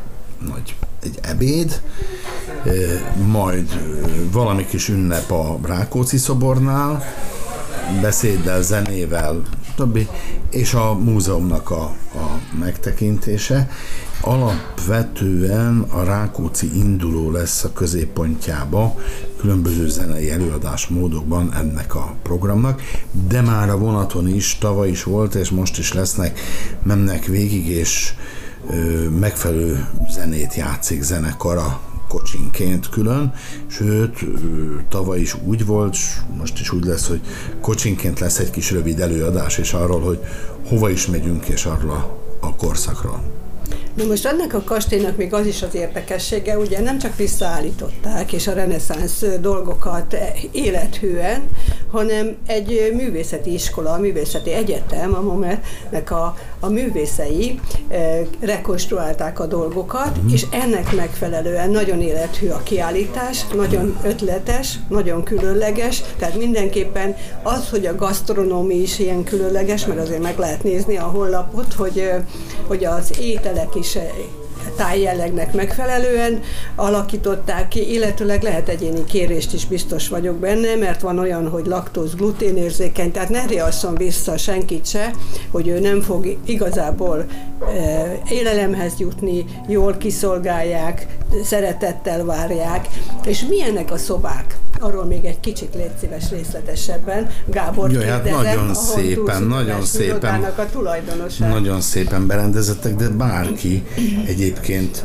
ebéd, majd valami kis ünnep a Rákóczi szobornál, beszéddel, zenével, többi, és a múzeumnak a megtekintése. Alapvetően a Rákóczi induló lesz a középpontjába, különböző zenei előadásmódokban ennek a programnak, de már a vonaton is, tavaly is volt, és most is mennek végig, és megfelelő zenét játszik zenekar a kocsinként külön, sőt, tavaly is úgy volt, most is úgy lesz, hogy kocsinként lesz egy kis rövid előadás, és arról, hogy hova is megyünk, és arról a korszakról. Na most ennek a kastélynak még az is az érdekessége, ugye nem csak visszaállították és a reneszánsz dolgokat élethűen, hanem egy művészeti iskola, a művészeti egyetem, a MOME-nek a művészei rekonstruálták a dolgokat, és ennek megfelelően nagyon élethű a kiállítás, nagyon ötletes, nagyon különleges, tehát mindenképpen az, hogy a gasztronómia is ilyen különleges, mert azért meg lehet nézni a honlapot, hogy az ételek is tájjellegnek megfelelően alakították ki, illetőleg lehet egyéni kérést is, biztos vagyok benne, mert van olyan, hogy laktóz, gluténérzékeny, tehát ne riasszon vissza senkit se, hogy ő nem fog igazából élelemhez jutni, jól kiszolgálják, szeretettel várják, és milyenek a szobák? Arról még egy kicsit légy szíves részletesebben. Gábor kérdezem, nagyon szépen, a tulajdonosa. Nagyon szépen berendezettek, de bárki egyébként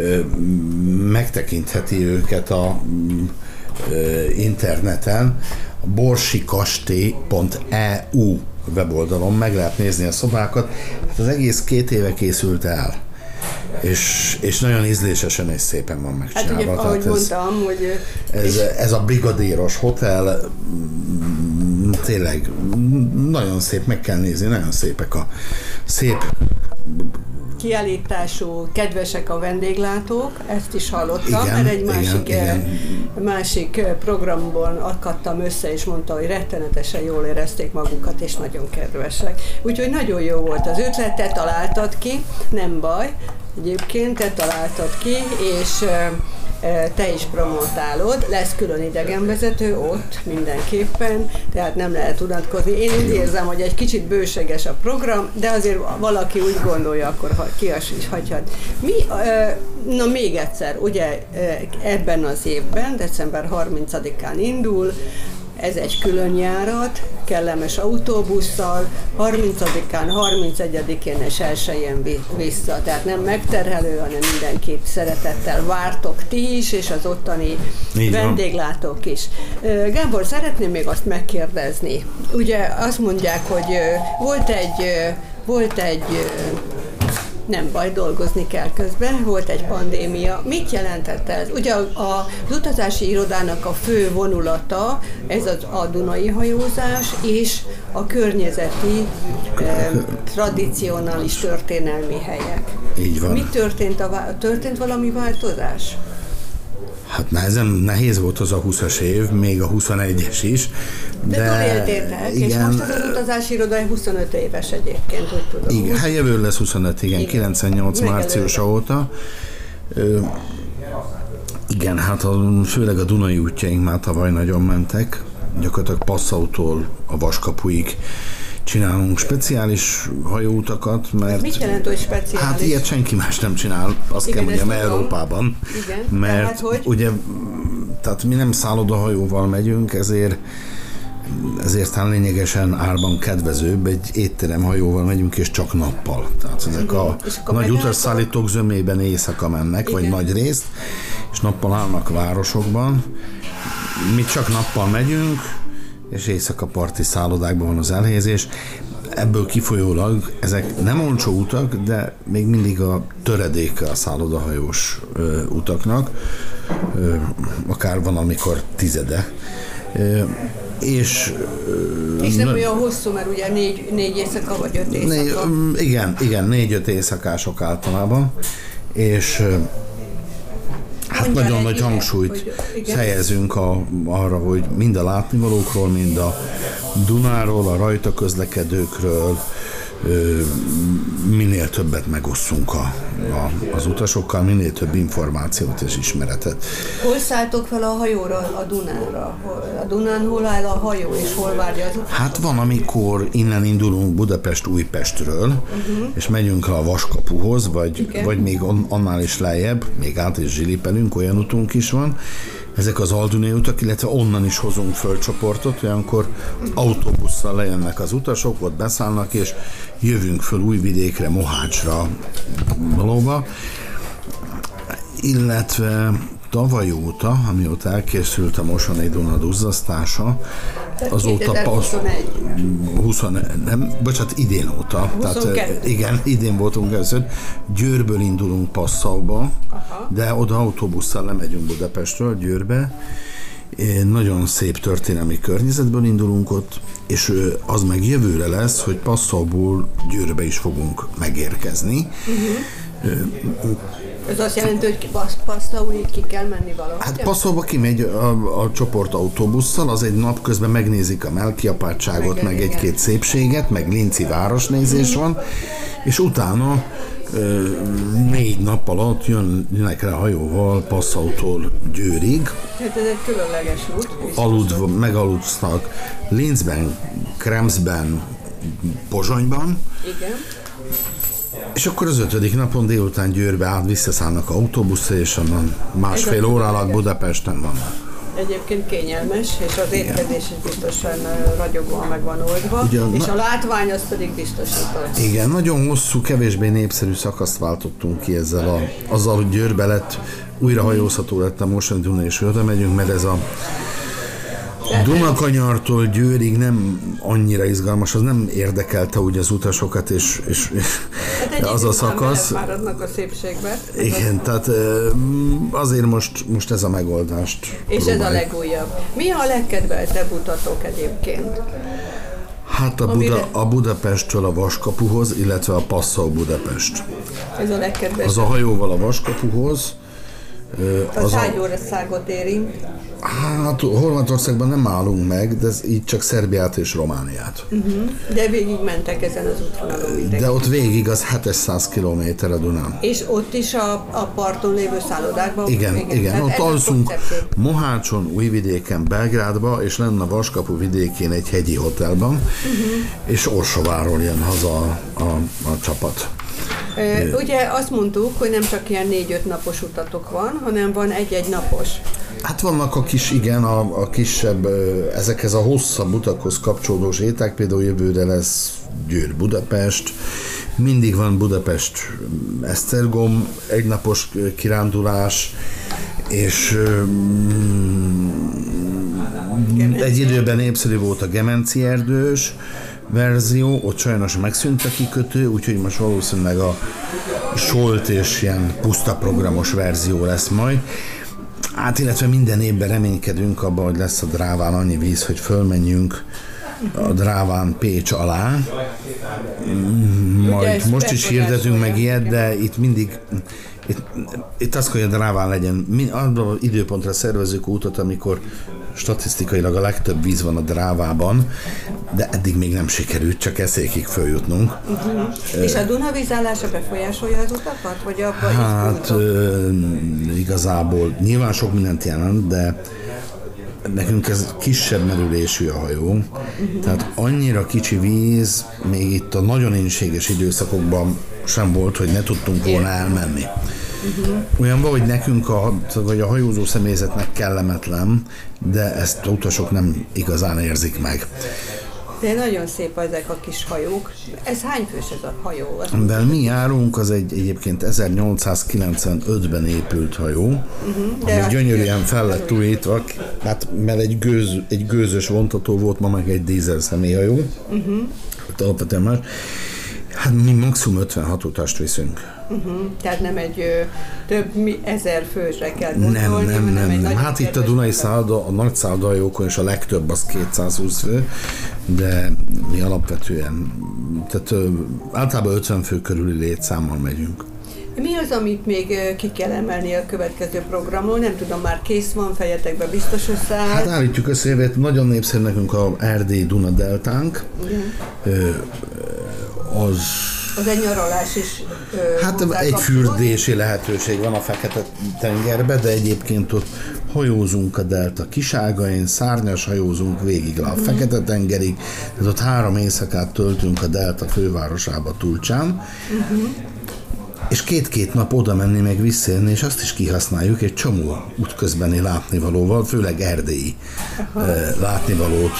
megtekintheti őket a interneten, a borsikastély.eu weboldalon meg lehet nézni a szobákat. Hát az egész 2 éve készült el. És nagyon ízlésesen és szépen van megcsinálva. Hát ugye, ahogy mondtam, hogy... Ez a brigadéros hotel tényleg nagyon szép, meg kell nézni, nagyon szépek a szép kiállítású, kedvesek a vendéglátók, ezt is hallottam, mert egy másik programból akadtam össze, és mondta, hogy rettenetesen jól érezték magukat, és nagyon kedvesek. Úgyhogy nagyon jó volt az ötlet, te találtad ki, nem baj, egyébként te találtad ki, és te is promotálod, lesz külön idegenvezető ott mindenképpen, tehát nem lehet unatkozni. Én úgy érzem, hogy egy kicsit bőséges a program, de azért valaki úgy gondolja, akkor ki is hagyhat. Na még egyszer, ugye ebben az évben, december 30-án indul, ez egy külön járat, kellemes autóbusszal, 30-án, 31-én és 1-én vissza. Tehát nem megterhelő, hanem mindenkit szeretettel vártok ti is, és az ottani vendéglátók is. Gábor, szeretném még azt megkérdezni. Ugye azt mondják, hogy volt egy nem baj, dolgozni kell közben, volt egy pandémia. Mit jelentett ez? Ugye az utazási irodának a fő vonulata, ez a Dunai hajózás és a környezeti tradicionális történelmi helyek. Így van. Mi történt? Történt valami változás? Hát nehéz volt az a 20-as év, még a 21-es is. De túléltétek, és most az utazási iroda 25 éves egyébként, úgy tudom. Igen, hát jövő lesz 25, igen. 98 márciusa óta. Igen, hát főleg a Dunai útjaink már tavaly nagyon mentek. Gyakorlatilag Passautól a Vaskapuig csinálunk speciális hajóutakat, mert... Mit jelent, hogy speciális? Hát ilyet senki más nem csinál, azt igen, kell mondjam, Európában. Igen, mert tehát, hogy? Ugye, tehát mi nem szállodahajóval megyünk, ezért talán lényegesen árban kedvezőbb, egy étteremhajóval megyünk, és csak nappal. Tehát ezek a nagy utasszállítók zömében éjszaka mennek, igen, vagy nagy részt, és nappal állnak városokban. Mi csak nappal megyünk, és éjszaka parti szállodákban van az elhelyezés. Ebből kifolyólag ezek nem olcsó utak, de még mindig a töredéke a szállodahajós utaknak, akár van, amikor 10. És nem olyan hosszú, mert ugye 4 éjszaka vagy 5 éjszaka. Igen, 4-5 éjszakások általában, és hát nagyon nagy hangsúlyt helyezünk arra, hogy mind a látnivalókról, mind a Dunáról, a rajta közlekedőkről minél többet megosszunk az utasokkal, minél több információt és ismeretet. Hol szálltok fel a hajóra, a Dunára? A Dunán hol áll a hajó, és hol várja az utasokat? Hát van, amikor innen indulunk Budapest-Újpestről, és megyünk le a Vaskapuhoz, vagy még annál is lejjebb, még át is zsilipelünk, olyan utunk is van. Ezek az Aldunai utak, illetve onnan is hozunk föl csoportot, olyankor autóbusszal lejönnek az utasok, ott beszállnak, és jövünk föl Újvidékre, Mohácsra valóba. Illetve tavaly óta, amióta elkészült a mostani Duna duzzasztása, azóta 2021. Idén óta. 22. Tehát igen, idén voltunk először. Győrből indulunk Passauba, de oda autóbusszal lemegyünk Budapestről, Győrbe. Nagyon szép történelmi környezetből indulunk ott, és az meg jövőre lesz, hogy Passauból Győrbe is fogunk megérkezni. Ez azt jelenti, hogy Passauig ki kell menni valahogy? Hát Passauba kimegy a csoport autóbusszal, az egy nap közben megnézik a Melki-apátságot, meg egy-két szépséget, meg linci városnézés van, és utána 4 nap alatt jönnek rá hajóval Passautól Győrig. Hát ez egy különleges út. Megaludsznak Linzben, Kremsben, Pozsonyban. Igen. És akkor az 5. napon délután Győrbe visszaszállnak autóbuszra, és onnan másfél óra alatt Budapesten vannak. Egyébként kényelmes, és az étkezés is biztosan ragyogóan meg van oldva, és a látvány az pedig biztosított. Igen, nagyon hosszú, kevésbé népszerű szakaszt váltottunk ki azzal, hogy Győrbe lett, újra hajózható lett a mostani Duna, és oda megyünk, mert ez a Dunakanyartól Győrig nem annyira izgalmas, az nem érdekelte úgy az utasokat, és hát az a szakasz. Maradnak a szépségbe. Igen, tehát azért most ez a megoldást és próbáljuk. Ez a legújabb. Mi a legkedveltebb utatok egyébként? Hát a Budapesttől a Vaskapuhoz, illetve a Passau Budapest. Ez a legkedveltebb. Az a hajóval a Vaskapuhoz. Az hány országot érint? Hát Horvátországban nem állunk meg, de így csak Szerbiát és Romániát. De végig mentek ezen az útvonalon. De ott végig az 700 kilométer a Dunán. És ott is a parton lévő szállodákban? Igen, ott alszunk Mohácson, Újvidéken, Belgrádba, és lenne a Vaskapu vidékén egy hegyi hotelban, és Orsováról jön haza a csapat. Ugye azt mondtuk, hogy nem csak ilyen 4-5 napos utatok van, hanem van egy-egy napos. Hát vannak a kisebb, ezekhez a hosszabb utakhoz kapcsolódó séták, például jövőre lesz Győr-Budapest, mindig van Budapest-Esztergom, egynapos kirándulás, és egy időben népszerű volt a Gemenci erdős verzió, ott sajnos megszűnt a kikötő, úgyhogy most valószínűleg a Solt és ilyen puszta programos verzió lesz majd. Hát, illetve minden évben reménykedünk abban, hogy lesz a Dráván annyi víz, hogy fölmenjünk a Dráván Pécs alá. Majd most is hirdetünk meg ilyet, de itt mindig itt az, hogy a Dráván legyen. Abban az időpontra szervezünk útot, amikor statisztikailag a legtöbb víz van a Drávában, de eddig még nem sikerült, csak eszékig följutnunk. És a Duna vízállása befolyásolja az utakat? Vagy hát igazából nyilván sok mindent jelent, de nekünk ez kisebb merülésű a hajó, tehát annyira kicsi víz, még itt a nagyon énséges időszakokban sem volt, hogy ne tudtunk volna elmenni. Olyan van, hogy nekünk vagy a hajózó személyzetnek kellemetlen, de ezt utasok nem igazán érzik meg. De nagyon szép ezek a kis hajók. Ez hány fős ez a hajó? De mi járunk, az egyébként 1895-ben épült hajó, ami gyönyörűen fel lett újítva, hát, mert egy gőzös vontató volt, ma meg egy dízel személyhajó. Alapvetően más. Hát mi maximum 56 utast viszünk. Tehát nem egy több ezer fősre kell gondolni, nem. Hát itt a Dunai szálloda, a nagy szállodahajókon és a legtöbb az 220 fő, de mi alapvetően, tehát általában 50 fő körüli létszámmal megyünk. Mi az, amit még ki kell emelni a következő programról? Nem tudom, már kész van, fejetekbe biztos összeáll. Hát állítjuk össze, nagyon népszerű nekünk a Erdély Duna deltánk. Az egy nyaralás is. Hát egy fürdési lehetőség van a Fekete-tengerbe, de egyébként ott hajózunk a delta Kiságain, szárnyas hajózunk végig le a Fekete-tengerig, tehát ott 3 éjszakát töltünk a delta fővárosába, Tulcsán, és 2 nap oda menni, meg visszajönni, és azt is kihasználjuk egy csomó útközbeni látnivalóval, főleg erdélyi látnivalót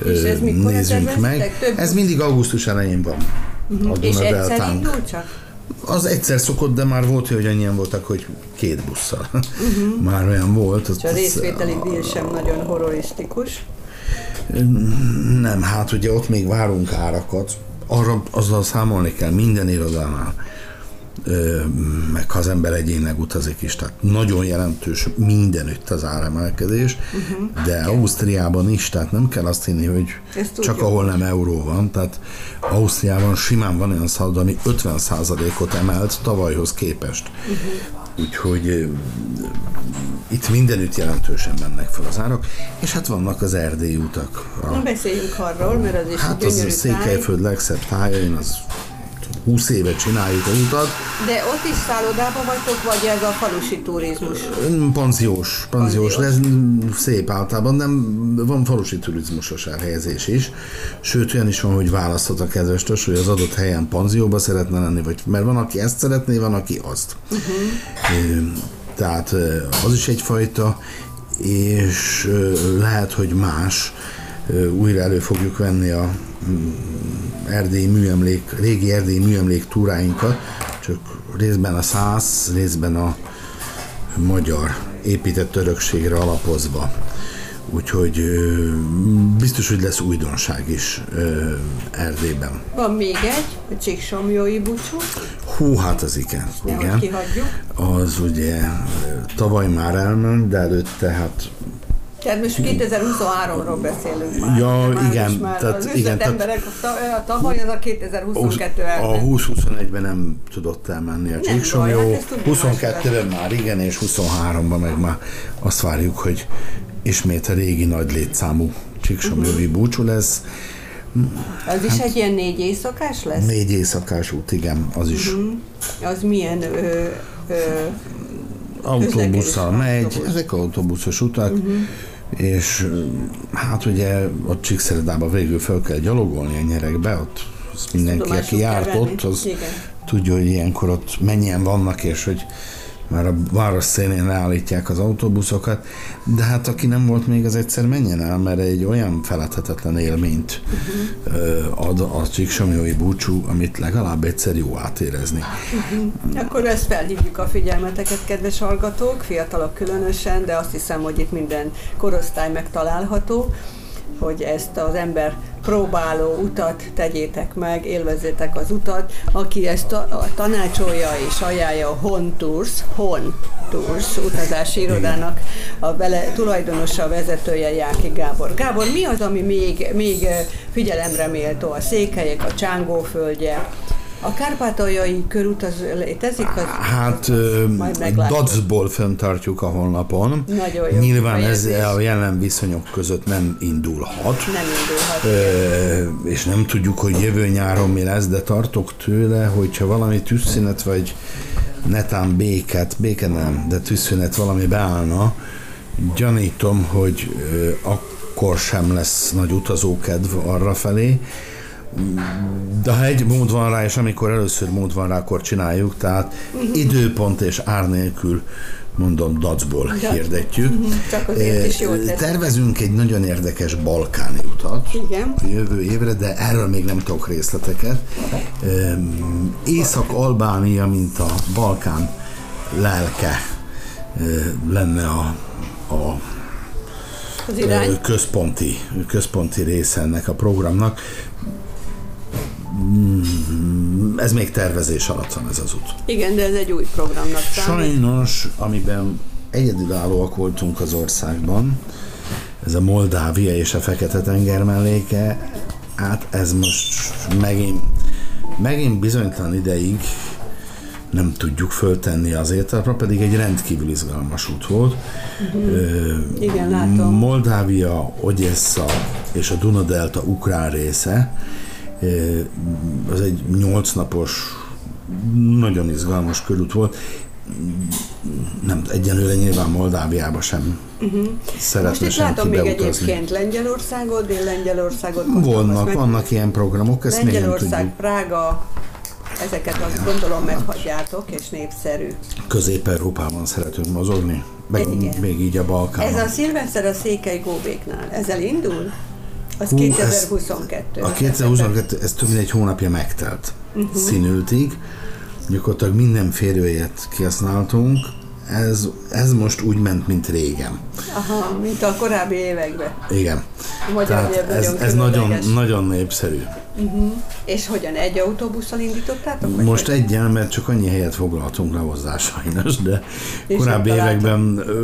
nézzünk meg. Ez mindig augusztus elején van. A és egyszer indul csak? Az egyszer szokott, de már volt, hogy annyian voltak, hogy 2 busszal. Már olyan volt. És a részvételi díj sem nagyon horrorisztikus. Nem, hát ugye ott még várunk árakat. Arra azzal számolni kell minden irodánál. Meg ha az ember egyénileg utazik is, tehát nagyon jelentős mindenütt az áremelkedés, de Ausztriában is, tehát nem kell azt hinni, hogy csak ahol nem euró van, tehát Ausztriában simán van olyan szalad, ami 50%-ot emelt tavalyhoz képest. Úgyhogy itt mindenütt jelentősen mennek fel az árak, és hát vannak az erdélyi utak. Na, beszéljünk arról, mert az is hát gyönyörű az a Székelyföld legszebb tájain, az 20 éve csináljuk a utat. De ott is szállodában vagytok, vagy ez a falusi turizmus? Panziós. Ez szép általában, nem van falusi turizmusos elhelyezés is. Sőt, olyan is van, hogy választhat a kedvestös, hogy az adott helyen panzióba szeretne lenni, vagy mert van, aki ezt szeretné, van, aki azt. Tehát az is egyfajta, és lehet, hogy más. Újra elő fogjuk venni a régi erdélyi műemlék túráinkat, csak részben a szász, részben a magyar épített örökségre alapozva. Úgyhogy biztos, hogy lesz újdonság is Erdélyben. Van még egy, a Csíksomlyói búcsú. Hú, hát az igen. Az ugye tavaly már elment, de előtte hát tehát most 2023-ról beszélünk már. Ja, igen. Tehát, az üzletemberek a tavaly az a 2022 elment. A 20-21-ben nem tudott elmenni a Csíksomlyó. 22-ben már igen, és 23-ban meg már azt várjuk, hogy ismét a régi nagy létszámú Csíksomlyói búcsú lesz. Az is egy ilyen 4 éjszakás lesz? 4 éjszakás út, igen, az is. Az milyen autóbusszal megy, ezek autóbuszos utak, és hát ugye ott Csíkszeredába végül fel kell gyalogolni a Nyerekbe, ott mindenki, aki járt ott, az tudja, hogy ilyenkor ott mennyien vannak, és hogy már a város szélén leállítják az autóbuszokat, de hát aki nem volt még, az egyszer menjen el, mert egy olyan feledhetetlen élményt ad a Csíksomlyói búcsú, amit legalább egyszer jó átérezni. Akkor ezt felhívjuk a figyelmeteket, kedves hallgatók, fiatalok különösen, de azt hiszem, hogy itt minden korosztály megtalálható, hogy ezt az ember próbáló utat tegyétek meg, élvezzétek az utat. Aki ezt tanácsolja és ajánlja a Hon Tours utazási irodának a tulajdonosa, vezetője Jáki Gábor. Gábor, mi az, ami még figyelemre méltó? A Székelyek, a Csángóföldje, a kárpátaljai körút az létezik? Hát Dacból fenntartjuk a honlapon. Nagyon jó. Nyilván ez a jelen viszonyok között nem indulhat. És nem tudjuk, hogy jövő nyáron mi lesz, de tartok tőle, hogyha valami tűzszünet, vagy netán béke nem, de tűzszünet valami beállna, gyanítom, hogy akkor sem lesz nagy utazókedv arrafelé. De ha egy mód van rá, és amikor először mód van rá, akkor csináljuk, tehát időpont és ár nélkül, mondom, Dacból hirdetjük. Csak azért is jól tesz. Tervezünk egy nagyon érdekes balkáni utat jövő évre, de erről még nem tudok részleteket. Észak-Albánia, mint a Balkán lelke lenne a központi része ennek a programnak. Ez még tervezés alatt van, ez az út. Igen, de ez egy új programnak számít. Sajnos, amiben egyedülállóak voltunk az országban, ez a Moldávia és a Fekete-tenger melléke, hát ez most megint bizonytalan ideig nem tudjuk föltenni az ételre, pedig egy rendkívül izgalmas út volt. Igen, látom. Moldávia, Ogyessa és a Duna-delta ukrán része, az egy 8 napos, nagyon izgalmas körút volt. Nem, egyenlőre nyilván Moldáviába sem szeretne senki beutazni. Most itt látom még egyébként Lengyelországot, Dél-Lengyelországot. Vannak ilyen programok, ezt még nem tudjuk. Prága, ezeket azt gondolom meghagyjátok, és népszerű. Közép-Európában szeretünk mozogni, még így a Balkánon. Ez a szilveszter a Székely Góbéknál, ezzel indul? Az 2022. A 2022, ez több mint egy hónapja megtelt. Színültig. gyakorlatilag minden férőjét kihasználtunk. Ez most úgy ment, mint régen. Aha, mint a korábbi években. Igen. Tehát ez nagyon népszerű. És hogyan, egy autóbusszal indítottátok? Most egyen, mert csak annyi helyet foglaltunk le hozzá sajnos, de korábbi években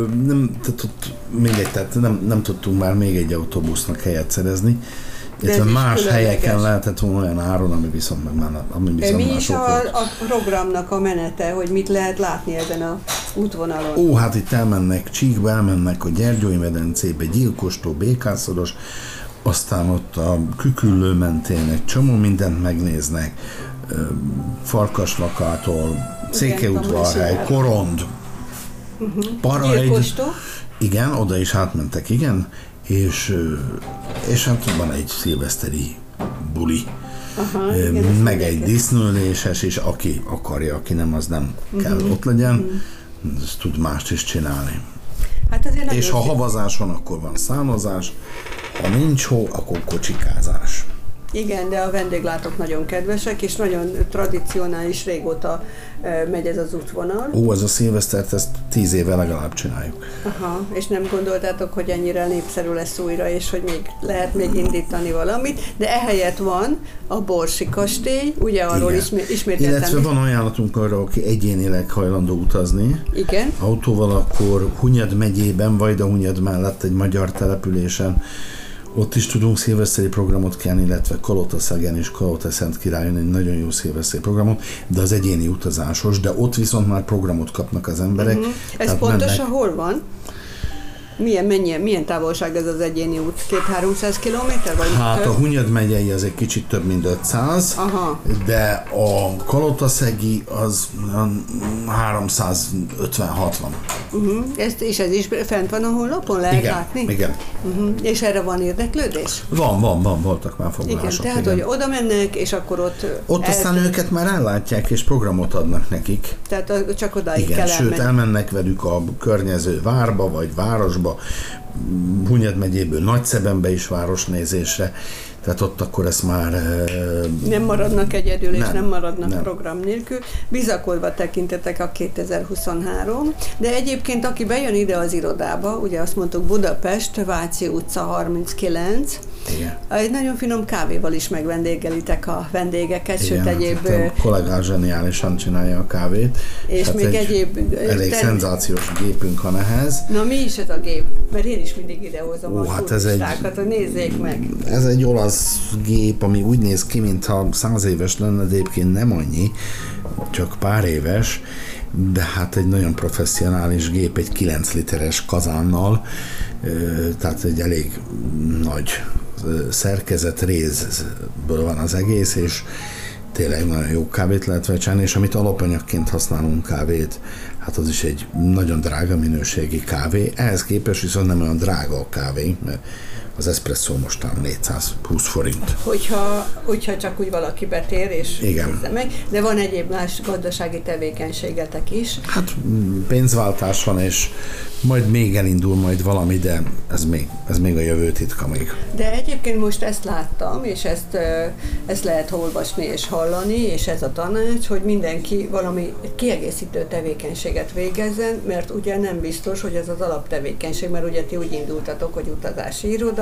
nem tudtunk már még egy autóbusznak helyet szerezni. Illetve más helyeken lehetett volna olyan áron, ami viszont már mi is a programnak a menete, hogy mit lehet látni ezen a útvonalon? Hát itt elmennek Csíkba, elmennek a Gyergyói medencébe, Gyilkostó, Békászoros, aztán ott a Küküllő mentén egy csomó mindent megnéznek, Farkaslakától, Székelyudvarhely, Korond, Parahegy. Igen, oda is átmentek, igen. És hát van egy szilveszteri buli, meg egy disznőléses, és aki akarja, aki nem, az nem kell ott legyen, ez tud mást is csinálni. Hát és ha havazás van, akkor van számozás, ha nincs hó, akkor kocsikázás. Igen, de a vendéglátók nagyon kedvesek, és nagyon tradicionális, régóta megy ez az útvonal. Ez a szilvesztert, ezt 10 éve legalább csináljuk. Aha, és nem gondoltátok, hogy ennyire népszerű lesz újra, és hogy lehet még indítani valamit, de ehelyett van a Borsi kastély, ugye arról ismételtem. Illetve van ajánlatunk arra, aki egyénileg hajlandó utazni. Igen. Autóval, akkor Hunyad megyében, Vajdahunyad mellett egy magyar településen, ott is tudunk szilveszteri programot kelni, illetve Kalotaszegen és Kalotaszent-Királyon egy nagyon jó szilveszteri programot, de az egyéni utazásos, de ott viszont már programot kapnak az emberek. Ez pontosan hol van? Milyen távolság ez az egyéni út? 200-300 kilométer? Hát több? A Hunyad megyei az egy kicsit több, mint 500, de a Kalotaszegi az 350-60. És ez is fent van a honlapon? Lehet látni? Igen. És erre van érdeklődés? Van, voltak már foglalások. Igen, tehát, hogy oda mennek, és akkor ott aztán őket már ellátják, és programot adnak nekik. Tehát csak odáig kell elmenni. Sőt, elmennek velük a környező várba, vagy városba, Hunyad megyéből Nagyszebenbe is városnézésre, tehát ott akkor ezt már... Nem maradnak egyedül, és nem maradnak program nélkül. Bizakodva tekintetek a 2023, de egyébként aki bejön ide az irodába, ugye azt mondtuk Budapest, Váci utca 39, igen. Egy nagyon finom kávéval is megvendégelitek a vendégeket, igen, sőt egyéb... A kollégás zseniálisan csinálja a kávét. És hát még egyéb... Elég szenzációs gépünk van ehhez. Na mi is ez a gép? Mert én is mindig idehozom a turistákat, hogy nézzék meg. Ez egy olasz gép, ami úgy néz ki, mintha 100 éves lenne, de egyébként nem annyi, csak pár éves, de hát egy nagyon professzionális gép, egy 9 literes kazánnal, tehát egy elég nagy szerkezet, rézből van az egész, és tényleg nagyon jó kávét lehet vele csinálni, és amit alapanyagként használunk kávét, hát az is egy nagyon drága minőségi kávé, ehhez képest viszont nem olyan drága a kávé, mert az eszpresszó mostan 420 forint. Hogyha csak úgy valaki betér és nézze meg, de van egyéb más gazdasági tevékenységetek is. Hát pénzváltás van, és majd még elindul majd valami, de ez még a jövő titka még. De egyébként most ezt láttam, és ezt lehet olvasni és hallani, és ez a tanács, hogy mindenki valami kiegészítő tevékenységet végezzen, mert ugye nem biztos, hogy ez az alaptevékenység, mert ugye ti úgy indultatok, hogy utazási iroda,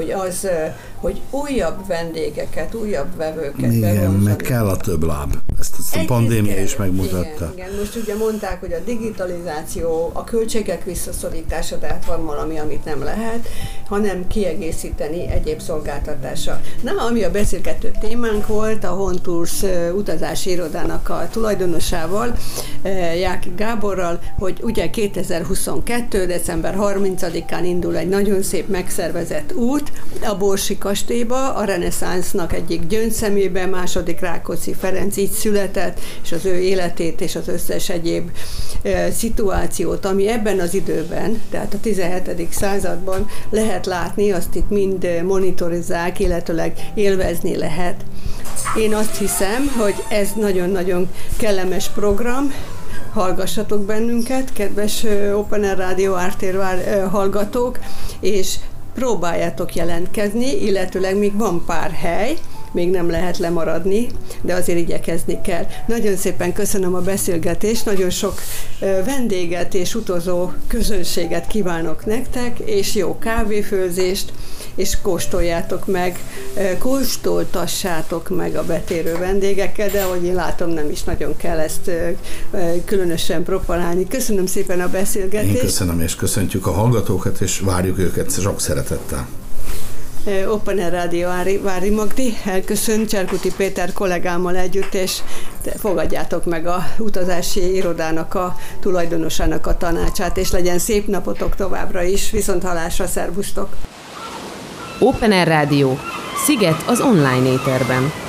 hogy újabb vendégeket, újabb vevőket igen, meg kell a több láb. Ezt a pandémia is megmutatta. Igen, most ugye mondták, hogy a digitalizáció, a költségek visszaszorítása, tehát van valami, amit nem lehet, hanem kiegészíteni egyéb szolgáltatással. Na, ami a beszélgető témánk volt, a Hontours utazási irodának a tulajdonosával, Jáki Gáborral, hogy ugye 2022. december 30-án indul egy nagyon szép megszervezett út a Borsi kastélyba, a reneszánsznak egyik gyöngyszemébe, második Rákóczi Ferenc így született, és az ő életét és az összes egyéb szituációt, ami ebben az időben, tehát a 17. században lehet látni, azt itt mind monitorizzák, illetőleg élvezni lehet. Én azt hiszem, hogy ez nagyon-nagyon kellemes program, hallgassatok bennünket, kedves Open Air Rádió ártér hallgatók, és próbáljátok jelentkezni, illetőleg még van pár hely, még nem lehet lemaradni, de azért igyekezni kell. Nagyon szépen köszönöm a beszélgetést, nagyon sok vendéget és utazó közönséget kívánok nektek, és jó kávéfőzést, és kóstoltassátok meg a betérő vendégekkel, de ahogy én látom, nem is nagyon kell ezt különösen propagálni. Köszönöm szépen a beszélgetést. Én köszönöm, és köszöntjük a hallgatókat, és várjuk őket sok szeretettel. Open Air Rádió Vári Magdi elköszön Cserkuti Péter kollégámmal együtt, és fogadjátok meg a utazási irodának a tulajdonosának a tanácsát, és legyen szép napotok továbbra is. Viszonthallásra, szervusztok! Open Air Rádió. Sziget az online éterben.